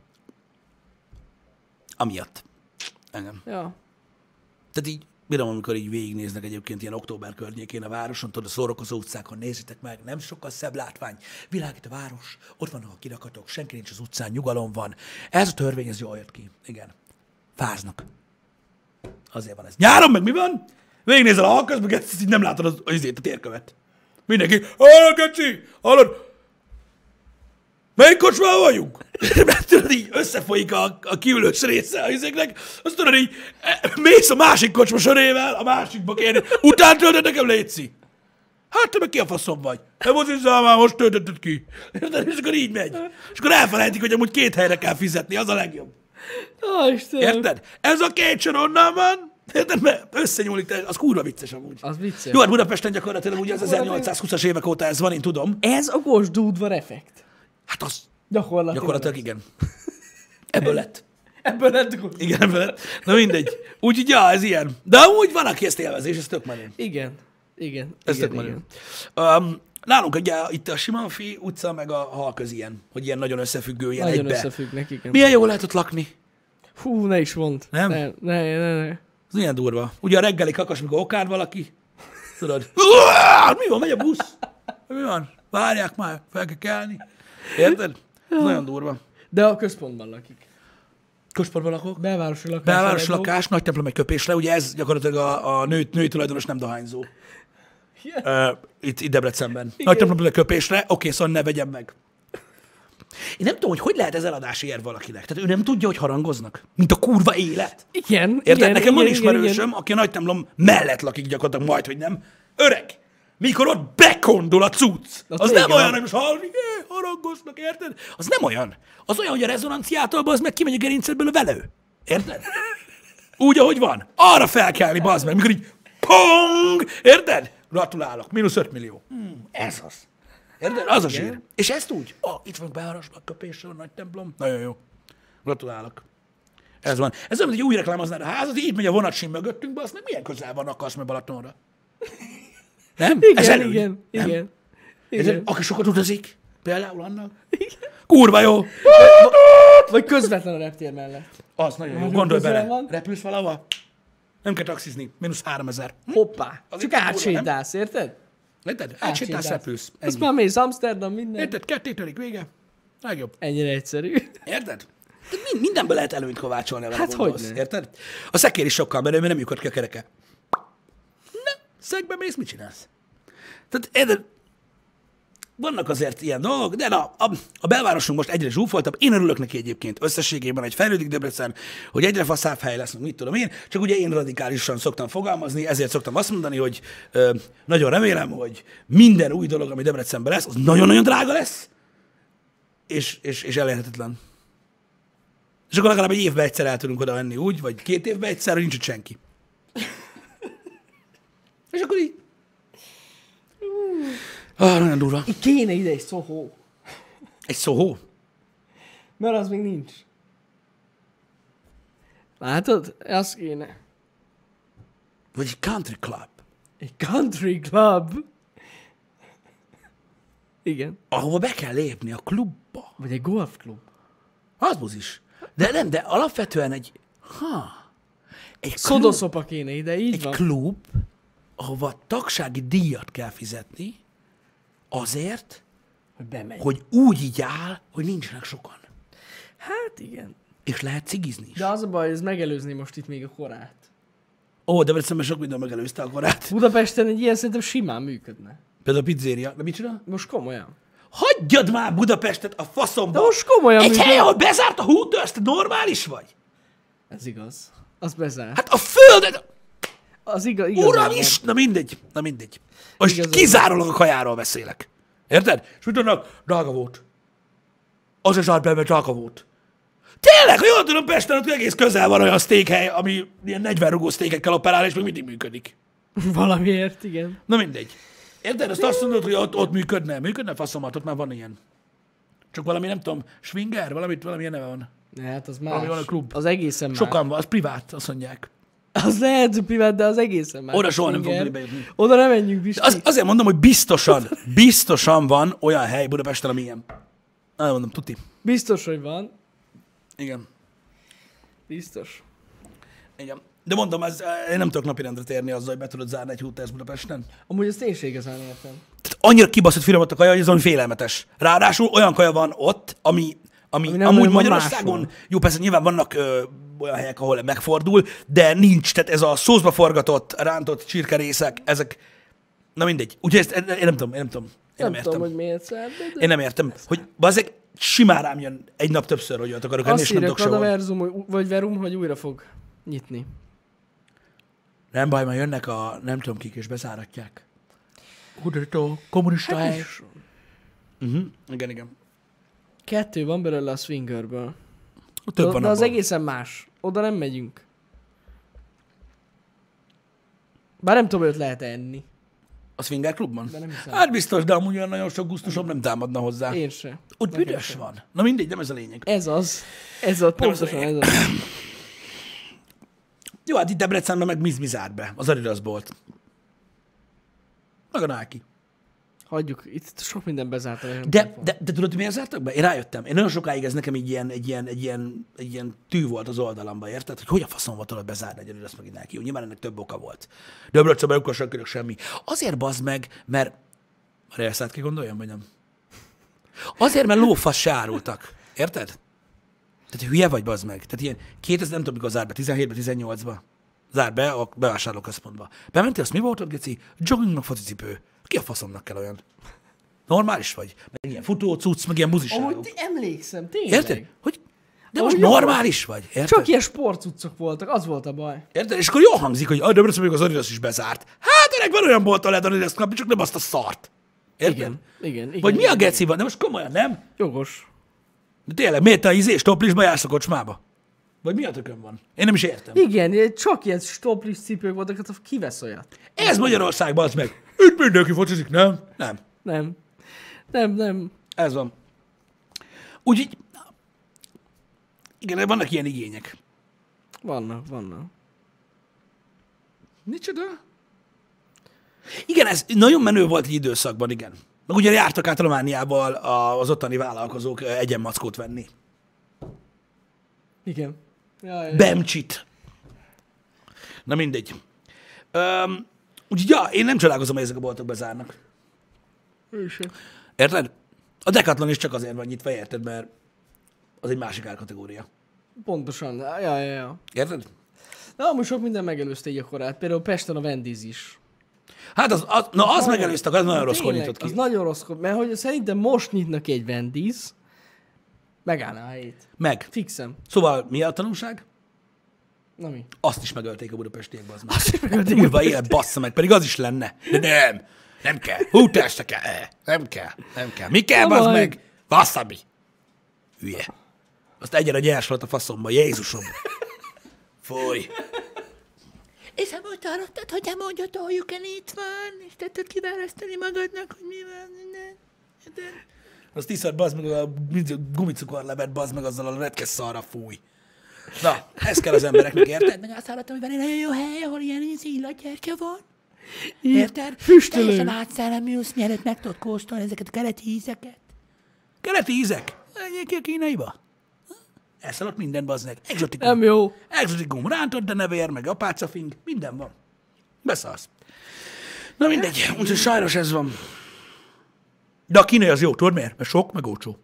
amiatt. Engem. Ja. Tehát így, bírom, amikor így végignéznek egyébként ilyen október környékén a városon, tudod, a szórakozó utcákon, nézzétek meg, nem sokkal szebb látvány, világít a város, ott vannak a kirakatok, senki nincs az utcán, nyugalom van. Ez a törvény, ez jól jött ki. Igen. Fáznak. Azért van ez. Nyáron meg mi van? Végignézel a halközbe, ezt így nem látod az, az, a térkövet. Mindenki, hallod, Geci, hallod? Melyik kocsmában vagyunk? Mert tudod, így összefolyik a, a kiülős része a izéknek, azt tudod, így e, mész a másik kocsma sorével, a másikba kérni, után töltöd nekem, létszi. Hát te meg ki a faszom vagy? Nem az izzál már, most töltötted ki. Érted? És akkor így megy. És akkor elfelejtik, hogy amúgy két helyre kell fizetni, az a legjobb. Ó, Istenem. Érted? Ez a két sor onnan van, érted? Mert összenyúlik, az kurva vicces amúgy. Az vicces. Jó, hát Budapesten gyakorlatilag ugye az ezernyolcszázhúszas évek óta ez van, én tudom. Ez a Kossuth-udvar effekt. Hát az Gyakorlatilag. gyakorlatilag igen. Ebből lett. Ebből lett Kossuth. Igen, ebből lett. Na mindegy. Úgyhogy ja, ez ilyen. De amúgy van, aki ezt élvezi, és ez tök menő. Igen. Igen. Ez igen, tök menő. igen. Um, nálunk ugye itt a Simonfi utca, meg a Halköz ilyen, hogy ilyen nagyon összefüggő, ilyen Nagyon egybe. összefüggnek, igen. Milyen jó lehet ott lakni. Hú, ne is mondd. Nem? Ne, ne, ne, ne. Ez milyen durva. Ugye a reggeli kakas, mikor okán valaki, tudod, "Uáááá, mi van, megy a busz? Mi van? Várják már, fel kell kelni. Érted? Ez nagyon durva. De a központban lakik. Központban lakok. Belvárosi lakás. Belvárosi Redó. lakás, nagy templom egy köpésre, ugye ez gyakorlatilag a, a nő, női tulajdonos nem dohányzó. Yeah. Uh, itt, itt Debrecenben. Nagy templom egy köpésre, oké, szóval ne vegyem meg. Én nem tudom, hogy hogy lehet ez eladási érv valakinek. Tehát ő nem tudja, hogy harangoznak. Mint a kurva élet. Igen, Érted? igen, Nekem van igen, ismerősöm, igen, igen. aki a nagy templom mellett lakik gyakorlatilag, majd, hogy nem. Öreg! Mikor ott bekondol a cucc. Az Az nem vége olyan, van. hogy most hallani, "Jé, harangoznak, érted? Az nem olyan. Az olyan, hogy a rezonanciától, az meg kimegy a gerincedből a velő. Érted? Úgy, ahogy van. Arra fel kellni, bazd meg, mikor így pong! Érted? Gratulálok. Mínusz öt millió. Hmm, ez az. Érted? Az a zsír. És ezt úgy? Ó, oh, itt vagyok Beárasban, köpésről, nagy templom. Nagyon jó. Gratulálok. Ez van. Ez olyan, mint egy új reklámoznád a házat, így megy a vonatsim mögöttünk, azt meg milyen közel van akarsz meg Balatonra. Nem? Ez Igen, előny. igen, Nem? igen. Ez igen. aki sokat utazik, például annak. Kurva jó. Vagy közvetlen a reptér mellett. Az nagyon jó. Nagyon Gondolj közel bele. van. Repülsz valahova? Nem kell taxizni. Mínusz háromezer. Hm? Hoppá. Az Csak egy kurva, átsétálsz, érted? Érted? Átsétálsz, repülsz. Azt Ennyi. már mész Amsterdam, minden. Érted? Ketté törik, vége. Legjobb. Ennyire egyszerű. Érted? Tehát mind- mindenből lehet előnyt kovácsolni, ha Hát belegondolsz, hogyne. érted? A szekér is sokkal menő, mert nem lyukad ki a kereke. Na, szegbe mész, mit csinálsz? Tehát érted? Vannak azért ilyen dolgok, de na, a, a belvárosunk most egyre zsúfoltabb. Én örülök neki egyébként összességében, hogy fejlődik Debrecen, hogy egyre faszább hely lesz, mit tudom én. Csak ugye én radikálisan szoktam fogalmazni, ezért szoktam azt mondani, hogy ö, nagyon remélem, hogy minden új dolog, ami Debrecenben lesz, az nagyon-nagyon drága lesz, és, és, és elérhetetlen. És akkor legalább egy évben egyszer el tudunk oda menni úgy, vagy két évben egyszer, hogy nincs ott senki. És akkor így. Ah, nagyon durva. Itt kéne ide egy Soho. Egy Soho? Mert az még nincs. Látod? Az kéne. Vagy egy country club, Egy country club. Igen. ahova be kell lépni a klubba. Vagy egy golfklub. Az buzis. De nem, de alapvetően egy... Ha, egy klub, Szodoszopa kéne ide, így egy van. klub, ahova tagsági díjat kell fizetni, azért, Hogy bemegy. hogy úgy így áll, hogy nincsenek sokan. Hát igen. És lehet cigizni is. De az a baj, ez megelőzni most itt még a korát. Ó, de Debrecenben sok minden megelőzte a korát. Budapesten egy ilyen szerintem simán működne. Például a pizzéria. De mit csinál? Most komolyan. Hagyjad már Budapestet a faszomba! De most komolyan Egy működik. hely, ahol bezárt a Hooters, te normális vagy? Ez igaz. Az bezár. Hát a földet... Az igaz, igaz. Uram is! Na mindegy, na mindegy. Most Igazad. kizárólag a kajáról beszélek. Érted? És mit tudnak? Drága volt. Az is állt be, mert drága volt. Tényleg, ha jól tudom, Pesten ott egész közel van olyan sztékhely, ami ilyen negyven rugó sztékekkel operál, és még mindig működik. Valamiért, igen. Na mindegy. Érted? Azt azt mondod, hogy ott, ott működne. Működne faszomat, ott már van ilyen. Csak valami, nem tudom, swinger, valamit, valamilyen neve van. Hát az Valami más. van a klub. Az egészen más. Sokan van, az privát, azt mondják. Az lehet, hogy privát, de az egészen más. Oda A soha nem swinger. fogunk bejutni. Oda nem menjünk, Pisti. Az, azért mondom, hogy biztosan, biztosan van olyan hely Budapesten, ami ilyen. Na, mondom, tuti. Biztos, hogy van. Igen. Biztos. Igen. De mondom, ez, én nem tudok napirendre térni azzal, hogy be tudod zárni egy hútesz Budapesten. Amúgy ezt én se igazán értem. Tehát annyira kibaszott finomott a kaja, hogy ez valami félelmetes. Ráadásul olyan kaja van ott, ami, ami, Ami nem amúgy nagyon van Magyarországon, máshol. jó, persze nyilván vannak ö, olyan helyek, ahol megfordul, de nincs. Tehát ez a szózba forgatott, rántott csirkerészek, ezek, na mindegy. Úgyhogy ezt én nem tudom, én nem tudom. Én Nem, nem, tudom, értem. hogy miért szállt, de... Én nem értem, hogy bazeg simán rám jön egy nap többször, hogy ott akarok enni, és Azt nem írja tudok sehol. Kadaverzum, hogy- vagy Verum, hogy újra fog nyitni. Nem baj, mert jönnek a nem tudom kik, és bezáratják. Kudató, kommunista Hát hely. is. Uh-huh. Igen, igen. Kettő van belőle a swingerből. Több De, van de az abban. egészen más. Oda nem megyünk. Bár nem tudom, hogy ott lehet enni. A Swinger klubban? De nem hiszem. Hát biztos, de amúgy olyan nagyon sok gusztusom nem támadna hozzá. Én se. Ott Nekem büdös sem. van. Na mindegy, nem ez a lényeg. Ez az. Ez az. Pontosan ez az. Jó, hát itt Debrecenben meg Mizmi zárt be. Az Adidas bolt. Meg a Nike. Hagyjuk. Itt sok minden bezárt. De, de, de tudod, hogy miért zártak be? Én rájöttem. Én nagyon sokáig ez nekem egy ilyen, egy ilyen, egy ilyen, egy ilyen tű volt az oldalamban, érted? Hogy hogy a faszom volt tudod bezárni egy Adidas meg egy Nike. Jó, nyilván ennek több oka volt. Debrecenben akkor sem kérek semmi. Azért bazd meg, mert... Már elszállt ki gondoljam, vagy nem? Azért, mert lófasz se árultak. Érted? Tehát hülye vagy, bazd meg. Tehát ilyen kétezer, nem tudom, mikor zár be, tizenhétben, tizennyolcban. Zár be a bevásárlóközpontba. Bementél, azt mi volt ott, geci? Jogging meg focicipő. Ki a faszomnak kell olyan? Normális vagy? Meg ilyen futó cucc, meg ilyen Amúgy buziságok. te- emlékszem, tényleg. Érted? Hogy? De most Ahogy normális vagy, érted? Csak ilyen sportcuccok voltak, az volt a baj. Érted? És akkor jól hangzik, hogy a Debrecen még az Adidas is bezárt. Hát ennek van olyan bolttal lehet Adidas kapni, csak nem azt a szart. Érted? Igen, igen, igen. Vagy mi a igen. geci van? De most komolyan, nem? Jogos. De tényleg, miért te a izés toplistba jársz a kocsmába? Vagy mi a tökön van? Én nem is értem. Igen, csak ilyen stoplis cipők voltak, hát ki vesz olyat? Ez Magyarországban az meg. Itt mindenki focizik, nem? Nem. Nem. Nem, nem. Ez van. Úgyhogy, igen, vannak ilyen igények. Vannak, vannak. Micsoda? Igen, ez nagyon menő volt egy időszakban, igen. Meg ugye jártak át Romániával az ottani vállalkozók egyenmackót venni. Igen. Ja, ja. Bemcsit. Na mindegy. Öm, úgyhogy ja, én nem csodálkozom, hogy ezek a boltok bezárnak. Ő se. Érted? A Decathlon is csak azért van nyitva, érted? Mert az egy másik árkategória. Pontosan. Ja, ja, ja. Érted? Na, amúgy sok minden megelőzte így a korát. Például Pesten a Wendy's is. Hát az, az, na az megelőzte, az nagyon Na, rosszkor tényleg, nyitott ki. Az nagyon rosszkor, mert hogy szerintem most nyitnak ki egy Wendy's, megállná a helyét. Meg. Fixem. Szóval mi a tanulság? Na mi? Azt is megölték a budapestiek, bazd meg. Azt is megölték. Kurva élet, bassza meg, pedig az is lenne. De nem, nem kell. Hú, testre kell. Eh, Nem kell, nem kell. Mi kell, Na bazd majd. meg? Wasabi. Hülye. Azt egyen a gyers volt a faszomba, Jézusom. Fúj. És ha most hallottad, hogy nem mondja, hogy itt van, és te tudod kiválasztani magadnak, hogy mi van, minden. Azt iszad, bazd meg a gumicukorlevet, bazd meg azzal a retkes szarra, fúj. Na, ez kell az embereknek, érted? Meg azt hallottam, hogy van egy nagyon jó hely, ahol ilyen illatgyertya van. Érted? Füstölő. Teljesen átszellemülsz, mielőtt meg tudod kóstolni ezeket a keleti ízeket. Keleti ízek? Menjél ki a kínaiba. Eszel ott minden, bazd meg. Exotikum. Nem jó. Exotikum. Rántott de nevér, meg apácafing. Minden van. Beszarsz. Na mindegy. Úgyhogy sajnos ez van. De a kínai az jó, tudod miért? Mert sok, meg olcsó.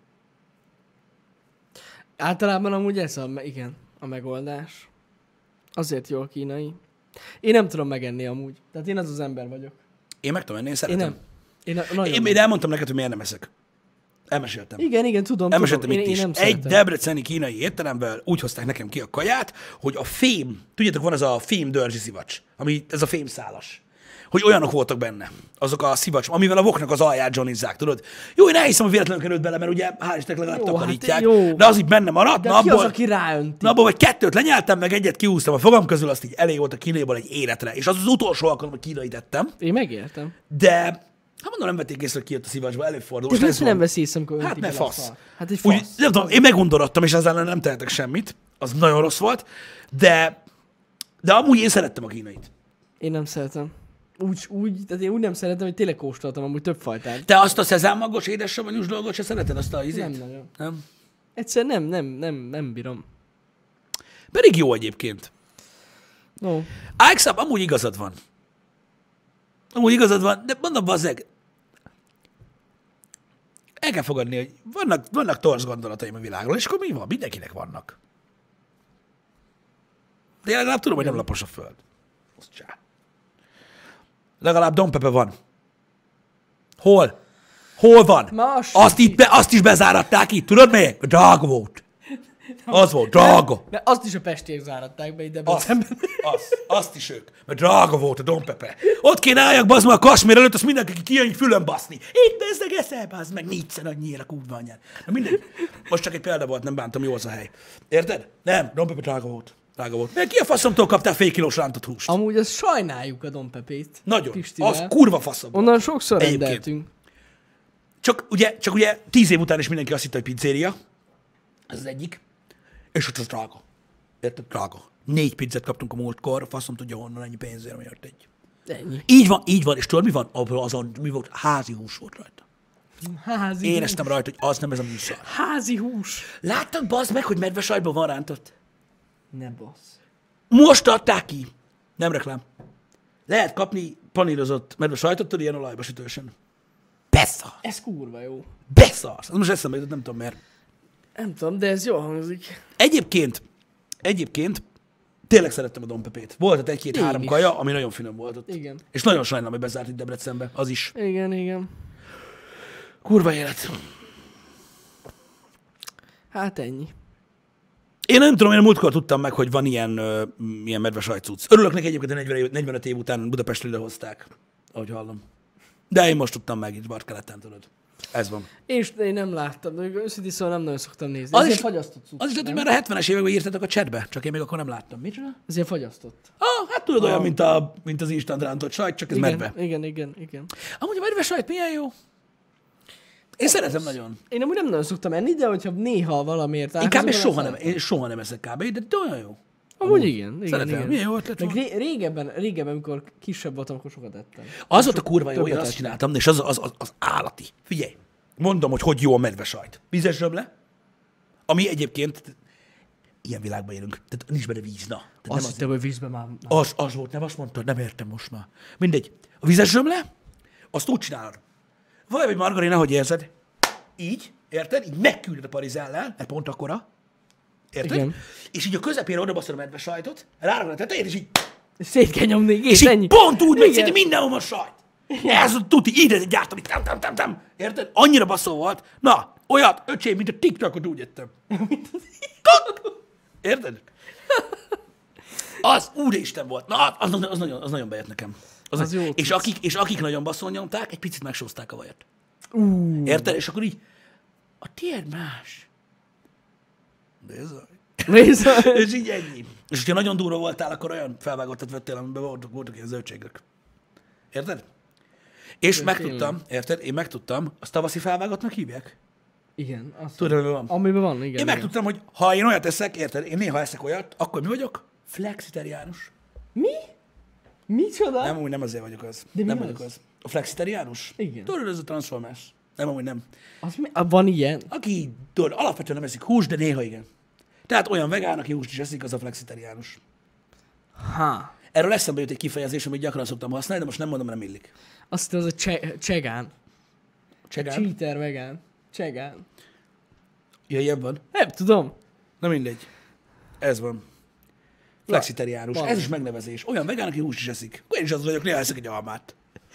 Általában amúgy ez a, me- igen, a megoldás. Azért jó a kínai. Én nem tudom megenni amúgy. Tehát én az az ember vagyok. Én meg tudom enni, én Én szeretem. nem. Én, a, nagyon Én, én elmondtam neked, hogy miért nem eszek. Elmeséltem. Igen, igen, tudom, Elmeséltem tudom. itt Én, is. én nem Egy szeretem. debreceni kínai étteremben úgy hozták nekem ki a kaját, hogy a fém, tudjátok, van ez a fém dörzsi szivacs, ami ez a fémszálas. hogy olyanok voltak benne, azok a szivacs, amivel a voknak az alját johnnizzák, tudod? Jó, én elhiszem, hogy véletlenül került bele, mert ugye hál' Istennek legalább Jó, takarítják, hát jó. de az így benne maradt, De na ki abból, az, aki ráönti? na abból vagy kettőt lenyeltem, meg egyet kiúztam a fogam közül, azt így elég volt a kínéból egy életre, és az az utolsó alkalom, hogy kínait ettem, Én megértem. de hát mondom, nem vették észre, hogy kijött a szivacsba, előfordul. De Most ezt ez nem van. vesz észre, amikor Hát önti mert bele a fasz. fal. Hát egy Úgy, fasz. nem tudom, én megundorodtam, és ezzel ellen nem tehetek semmit, az nagyon rossz volt, de, de amúgy én szerettem a kínait. Én nem szeretem. Úgy, úgy, tehát én úgy nem szeretem, hogy tényleg kóstoltam amúgy több fajtát. Te azt a szezámmagos, édessavanyús dolgot se szereted, azt a izét? Nem nagyon. Nem? Egyszerűen nem, nem, nem, nem bírom. Pedig jó egyébként. No. Ixap, amúgy igazad van. Amúgy igazad van, de mondom, bazzeg, el kell fogadni, hogy vannak, vannak torz gondolataim a világról, és akkor mi van? Mindenkinek vannak. De én legalább tudom, hogy nem lapos a föld. Azt csá. Legalább Don Pepe van. Hol? Hol van? Más. Azt, itt be, azt is bezáratták itt, tudod mi? Drága volt. Az volt, drága. De azt is a pestiek záratták be ide. Azt, azt, azt is ők. Mert drága volt a Don Pepe. Ott kéne álljak, bazd meg a Kasmér előtt, azt mindenki kijön fülön baszni. Itt bezzeg eszel, bazd meg, négyszer annyira kurva anyád. Na mindegy. Most csak egy példa volt, nem bántam, jó az a hely. Érted? Nem, Don Pepe drága volt. Drága volt. Mert ki a faszomtól kaptál fél kilós rántott húst? Amúgy azt sajnáljuk a Don Pepét. Nagyon. Pistivel. Az kurva faszom. Onnan sokszor Egyébként. rendeltünk. Csak ugye, csak ugye tíz év után is mindenki azt hitte, hogy pizzéria. Ez az egyik. És ott az drága. Érted? Drága. Négy pizzát kaptunk a múltkor, faszom tudja honnan ennyi pénzért, miért egy. Ennyi. Így van, így van. És tudod, mi van? Abból azon, mi volt? Házi hús volt rajta. Házi Éreztem hús. rajta, hogy az nem ez a műsor. Házi hús. Láttad, bazd meg, hogy medvesajtban van rántott? Ne bassz. Most adták ki. Nem reklám. Lehet kapni panírozott medvesajtot, tudod, ilyen olajba sütősen. Beszarsz. Ez kurva jó. Beszarsz. Az most eszembe jutott, nem tudom miért. Nem tudom, de ez jól hangzik. Egyébként, egyébként tényleg szerettem a Don Pepét. Volt ott egy-két-három is. kaja, ami nagyon finom volt ott. Igen. És nagyon sajnálom, hogy bezárt itt Debrecenbe. Az is. Igen, igen. Kurva élet. Hát ennyi. Én nem tudom, én a múltkor tudtam meg, hogy van ilyen, ö, ilyen medves ajcuc. Örülök neki egyébként, hogy negyven, év- negyvenöt év után Budapestre idehozták, ahogy hallom. De én most tudtam meg, itt Barkeleten, tudod. Ez van. És én nem láttam, de őszintén szóval nem nagyon szoktam nézni. Az Ez is- ilyen fagyasztott cucc, Az is lehet, hogy nem? már a hetvenes években írtatok a chatbe, csak én még akkor nem láttam. Mit csinál? Ez ilyen fagyasztott. Ah, hát tudod, olyan, mint, a, mint az instant rántott sajt, csak ez Igen, medve. igen, igen, igen. Amúgy a medve sajt milyen jó? Én szeretem nagyon. Én amúgy nem nagyon szoktam enni, de hogyha néha valamiért Inkább találkozom, és akkor soha nem, szeretem. én soha nem eszek kb. De, de olyan jó. Amúgy igen, igen, Szeretem. igen. Milyen jó ötlet Meg van. ré- régebben, régebben, amikor kisebb voltam, akkor sokat ettem. Az volt a kurva jó, én többet azt ettem. csináltam, és az, az, az, az állati. Figyelj, mondom, hogy hogy jó a medvesajt. Vízes zsöble, ami egyébként, ilyen világban élünk, tehát nincs benne víz, na. Tehát nem Azt az, hittem, hogy vízben már... az, az volt, nem azt mondtad, nem értem most már. Mindegy. A vízes zsömle, azt úgy csinálod. Vaj, vagy margarina, hogy érzed? Így, érted? Így megküldöd a parizellel, mert pont akkora. Érted? Igen. És így a közepére odabaszod a medvesajtot, rárakod a tetejét, és így Szét kell nyomni, és, És így ennyi. pont úgy megy, Igen. szinte mindenhol a sajt. Ez a tuti, így lehet gyártani. Tam, tam, tam, tam. Érted? Annyira baszó volt. Na, olyat, öcsém, mint a TikTokot úgy ettem. Érted? Az, úristen volt. Na, az, az, az, nagyon, az nagyon bejött nekem. Az, Az jó és, cucc. akik, és akik nagyon baszón nyomták, egy picit megsózták a vajat. Ú, Érted? És akkor így, a tiéd más. Bizony. nézd, És így ennyi. És hogyha nagyon durva voltál, akkor olyan felvágottat vettél, amiben voltak, voltak ilyen zöldségek. Érted? És De megtudtam, érted? Én megtudtam, azt tavaszi felvágottnak hívják? igen, azt Tudod, mi van? amiben van, igen. Én igen. megtudtam, hogy ha én olyat eszek, érted? Én néha eszek olyat, akkor mi vagyok? Flexitariánus. Mi? Micsoda? Nem, amúgy nem azért vagyok az. De mi nem az? vagyok az. A flexitariánus? Igen. Tudod, ez a Transformers. Nem, amúgy nem. Az mi? Ah, van ilyen? Aki, tudod, alapvetően nem eszik húst, de néha igen. Tehát olyan vegán, aki húst is eszik, az a flexitariánus. Ha. Erről eszembe jut egy kifejezés, amit gyakran szoktam használni, de most nem mondom, mert nem illik. Azt hittem, az a cse- csegán. Csegán? Cheater vegán. Csegán. Ja, ilyen van. Nem tudom. Na mindegy. Ez van. Flexitariánus. van. Ez is megnevezés. Olyan vegán, aki húst is eszik. Én is az vagyok, néha eszek egy almát.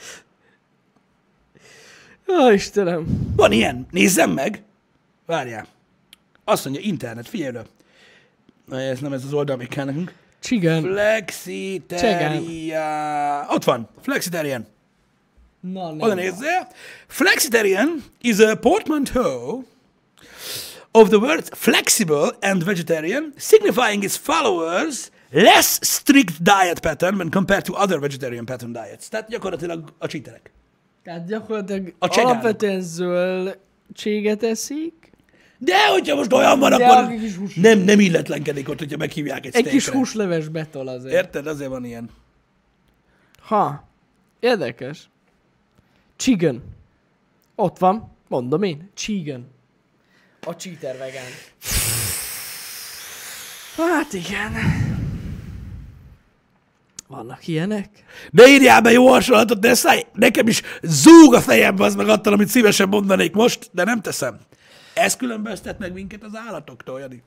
Ó, Istenem. Van ilyen. Nézzem meg. Várjál. Azt mondja, internet. Figyelj oda. Na, ez nem ez az oldal, még kell nekünk. Chicken. Flexitarian. Ott van. Flexitarian. Na, nem. Oda nézzél. Flexitarian is a portmanteau of the words flexible and vegetarian, signifying its followers less strict diet pattern when compared to other vegetarian pattern diets. Tehát gyakorlatilag a cheaterek. Tehát gyakorlatilag A csegánok. alapvetően zöldséget eszik. De hogyha most olyan van, De akkor a kis hús- nem, nem illetlenkedik ott, hogyha meghívják egy Egy kis steakre. húsleves betol azért. Érted? Azért van ilyen. Ha. Érdekes. Chicken. Ott van. Mondom én. Chicken. A cheater vegán. Hát igen. Vannak ilyenek. De írjál be jó hasonlatot, de száj, nekem is zúg a fejembe az meg attól, amit szívesen mondanék most, de nem teszem. Ez különböztet meg minket az állatoktól, Jani.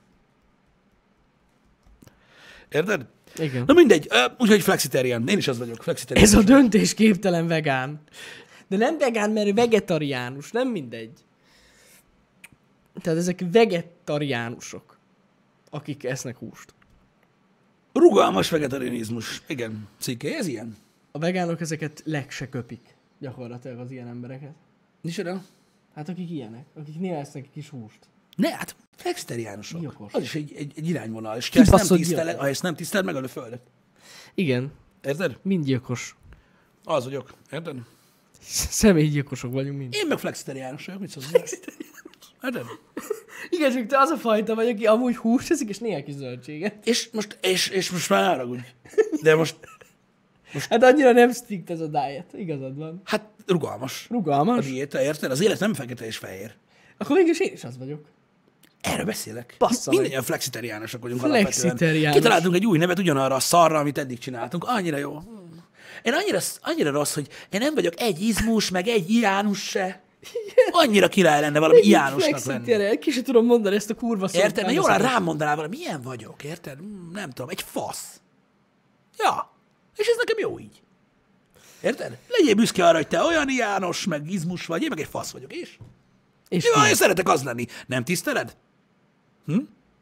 Érted? Igen. Na mindegy, ö, úgyhogy flexitarian. Én is az vagyok, flexitarian. Ez a döntésképtelen vegán. De nem vegán, mert vegetariánus. Nem mindegy. Tehát ezek vegetariánusok, akik esznek húst. Rugalmas vegetarianizmus. Igen. Cikke, ez ilyen? A vegánok ezeket leg se köpik. Gyakorlatilag az ilyen embereket. Nincs oda? Hát akik ilyenek. Akik néha esznek egy kis húst. Ne, hát flexitariánusok. Gyilkos. Az is egy, egy, egy irányvonal. És ha ezt nem Kibaszott tiszteled, gyilkos. ha ezt nem tiszteled, megöl a földet. Igen. Érted? Mind gyilkos. Az vagyok. Érted? Személygyilkosok vagyunk mind. Én meg flexitariánus vagyok. Mit szólsz? Érted? Igen, csak te az a fajta vagy, aki amúgy húst eszik, és néha kis zöldséget. És most, és, és most már haragudj. De most, Hát annyira nem strict ez a diet. Igazad van. hát rugalmas. A Rugalmas. diéta, érted? Az élet nem fekete és fehér. Akkor mégis én is az vagyok. Erről beszélek. Bassza meg. Mindennyian flexitariánusok vagyunk Flexitariánus. alapvetően. Kitaláltunk egy új nevet ugyanarra a szarra, amit eddig csináltunk. Annyira jó. Én annyira, annyira rossz, hogy én nem vagyok egy izmus, meg egy iánus se. Annyira király lenne valami iánusnak lenni. Flexitarian. Ki sem tudom mondani ezt a kurva szót. Érted? Mert nem jól hiszem. rám mondanál valami, milyen vagyok, érted? Mm, Nem tudom, egy fasz. Ja. És ez nekem jó így. Érted? Legyél büszke arra, hogy te olyan János, meg izmus vagy, én meg egy fasz vagyok, és? És Jó, ki? én szeretek az lenni. Nem tiszteled? Hm?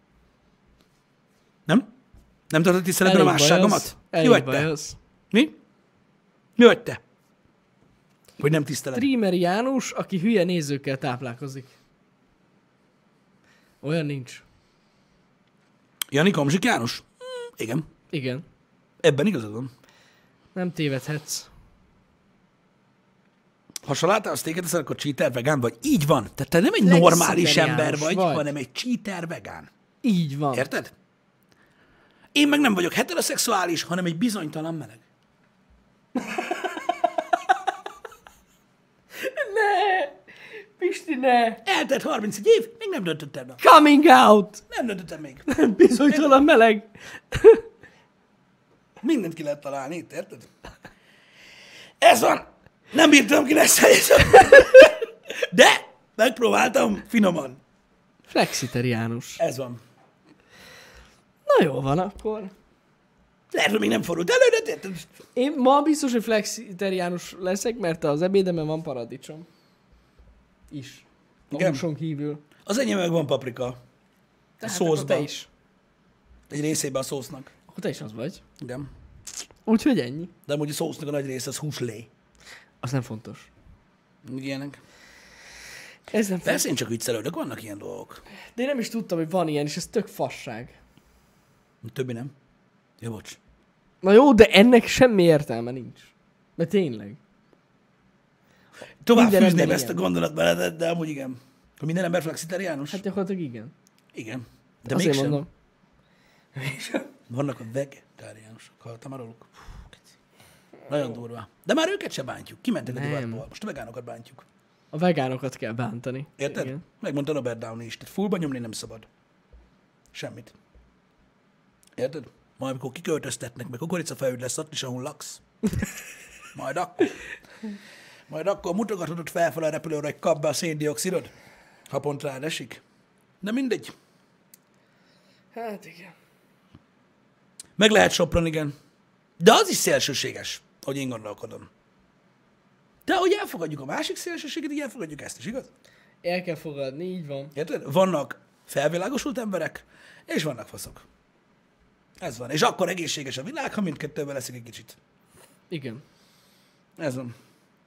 Nem? Nem tartod tiszteletben a Elég baj másságomat? az. Mi Elég vagy baj te? az. Mi? Mi vagy te? Hogy nem tiszteled? Streamer János, aki hülye nézőkkel táplálkozik. Olyan nincs. Jani Komzsik János? Hm, igen. Igen. Ebben igazad van. Nem tévedhetsz. Ha salátához téged eszel, akkor cheater vegán vagy. Így van. Tehát te nem egy Flexitariánus normális ember vagy, vagy. hanem egy cheater vegán. Így van. Érted? Én meg nem vagyok heteroszexuális, hanem egy bizonytalan meleg. Ne! Pisti, ne! Eltelt harmincegy év, még nem döntöttem meg. Coming out! Nem döntöttem még. Bizonytalan meleg. Mindent ki lehet találni itt, érted? Ez van. Nem bírtam ki lesz de megpróbáltam finoman. Flexitariánus. Ez van. Na jó van akkor. Lehet, hogy még nem fordult elő, de érted? Én ma biztos, hogy flexitariánus leszek, mert az ebédemen van paradicsom. Is. A Igen? húson kívül. Az enyém meg van paprika. A Tehát akkor te szószban. is. Egy részében a szósznak. Akkor te is az vagy. Igen. Úgyhogy ennyi. De amúgy a szósznak a nagy része az húslé. Az nem fontos. Ilyenek. Ez nem fontos. Persze én csak viccelődök, vannak ilyen dolgok. De én nem is tudtam, hogy van ilyen, és ez tök fasság. Többi nem. Jó, bocs. Na jó, de ennek semmi értelme nincs. De tényleg. Tovább Minden fűzném ember ezt a ilyen. gondolatbeledet, de amúgy igen. Hogy minden ember flexitariánus? Hát gyakorlatilag igen. Igen. De Azért mégsem. mondom. Vannak a vegetáriánusok. Hallottam már róluk? Fú, keci. Nagyon durva. De már őket se bántjuk. Kimentek a Nem. divatból. Most a vegánokat bántjuk. A vegánokat kell bántani. Érted? Igen. Megmondta Robert Downey is. Tehát fullba nyomni nem szabad. Semmit. Érted? Majd amikor kiköltöztetnek, meg kukoricafejűd lesz ott is, ahol laksz. Majd akkor. Majd akkor mutogatod ott felfel a repülőre, hogy kap be a széndioxidod, ha pont rád esik. De mindegy. Hát igen. Meg lehet sopron, igen. De az is szélsőséges, hogy én gondolkodom. De ahogy elfogadjuk a másik szélsőséget, így elfogadjuk ezt is, igaz? El kell fogadni, így van. Érted? Vannak felvilágosult emberek, és vannak faszok. Ez van. És akkor egészséges a világ, ha mindkettőben leszik egy kicsit. Igen. Ez van.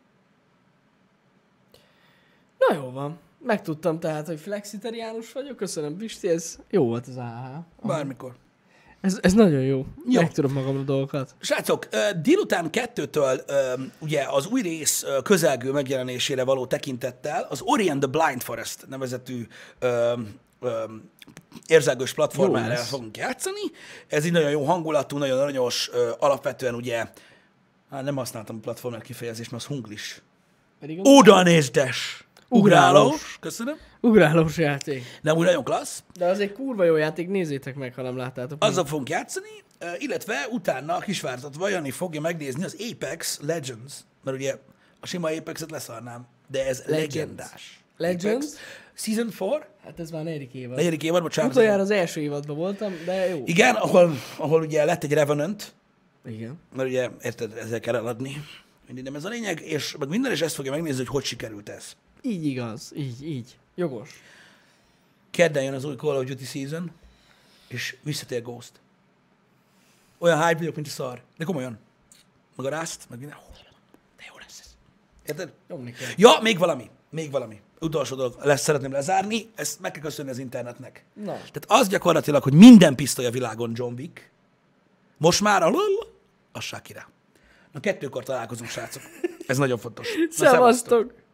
Na jó van. Megtudtam tehát, hogy flexitariánus vagyok. Köszönöm, Pisti, ez jó volt az á há. Bármikor. Ez, ez nagyon jó. Jó. Meg tudom magamra dolgokat. Srácok, ö, délután kettőtől ö, ugye az új rész ö, közelgő megjelenésére való tekintettel az Ori and the Blind Forest nevezetű ö, ö, érzelgős platformára fogunk játszani. Ez így nagyon jó hangulatú, nagyon aranyos, ö, alapvetően ugye, hát nem használtam a platformer kifejezést, mert az hunglis. Pedig Oda nézdes! Ugrálós. Ugrálós. Köszönöm. ugrálós játék. Nem úgy nagyon klassz. De az egy kurva jó játék, nézzétek meg, ha nem láttátok. Azzal fogunk játszani, ö, illetve utána kisvártatva Jani fogja megnézni az Apex Legends, mert ugye a sima Apexet leszarnám, de ez Legends. legendás. Legends? Apex. Season négy, Hát ez már negyedik évad. negyedik évad, bocsánat. Utoljára az első évadban voltam, de jó. Igen, ahol, ahol ugye lett egy Revenant, Igen. mert ugye, érted, ezzel kell eladni. Mindig nem ez a lényeg, és meg minden is ezt fogja megnézni, hogy hogy sikerült ez. Így igaz, így, így. Jogos. Kedden jön az új Call of Duty Season, és visszatér Ghost. Olyan hype vagyok, mint a szar. De komolyan. Meg a Rust, meg minden. De jó lesz ez. Érted? Nyomni kell. Ja, még valami. Még valami. Utolsó dolog. Lesz, szeretném lezárni. Ezt meg kell köszönni az internetnek. Na. Tehát az gyakorlatilag, hogy minden pisztoly a világon John Wick. Most már a lol, az Shakira. Na kettőkor találkozunk, srácok. Ez nagyon fontos. Na, Szevasztok!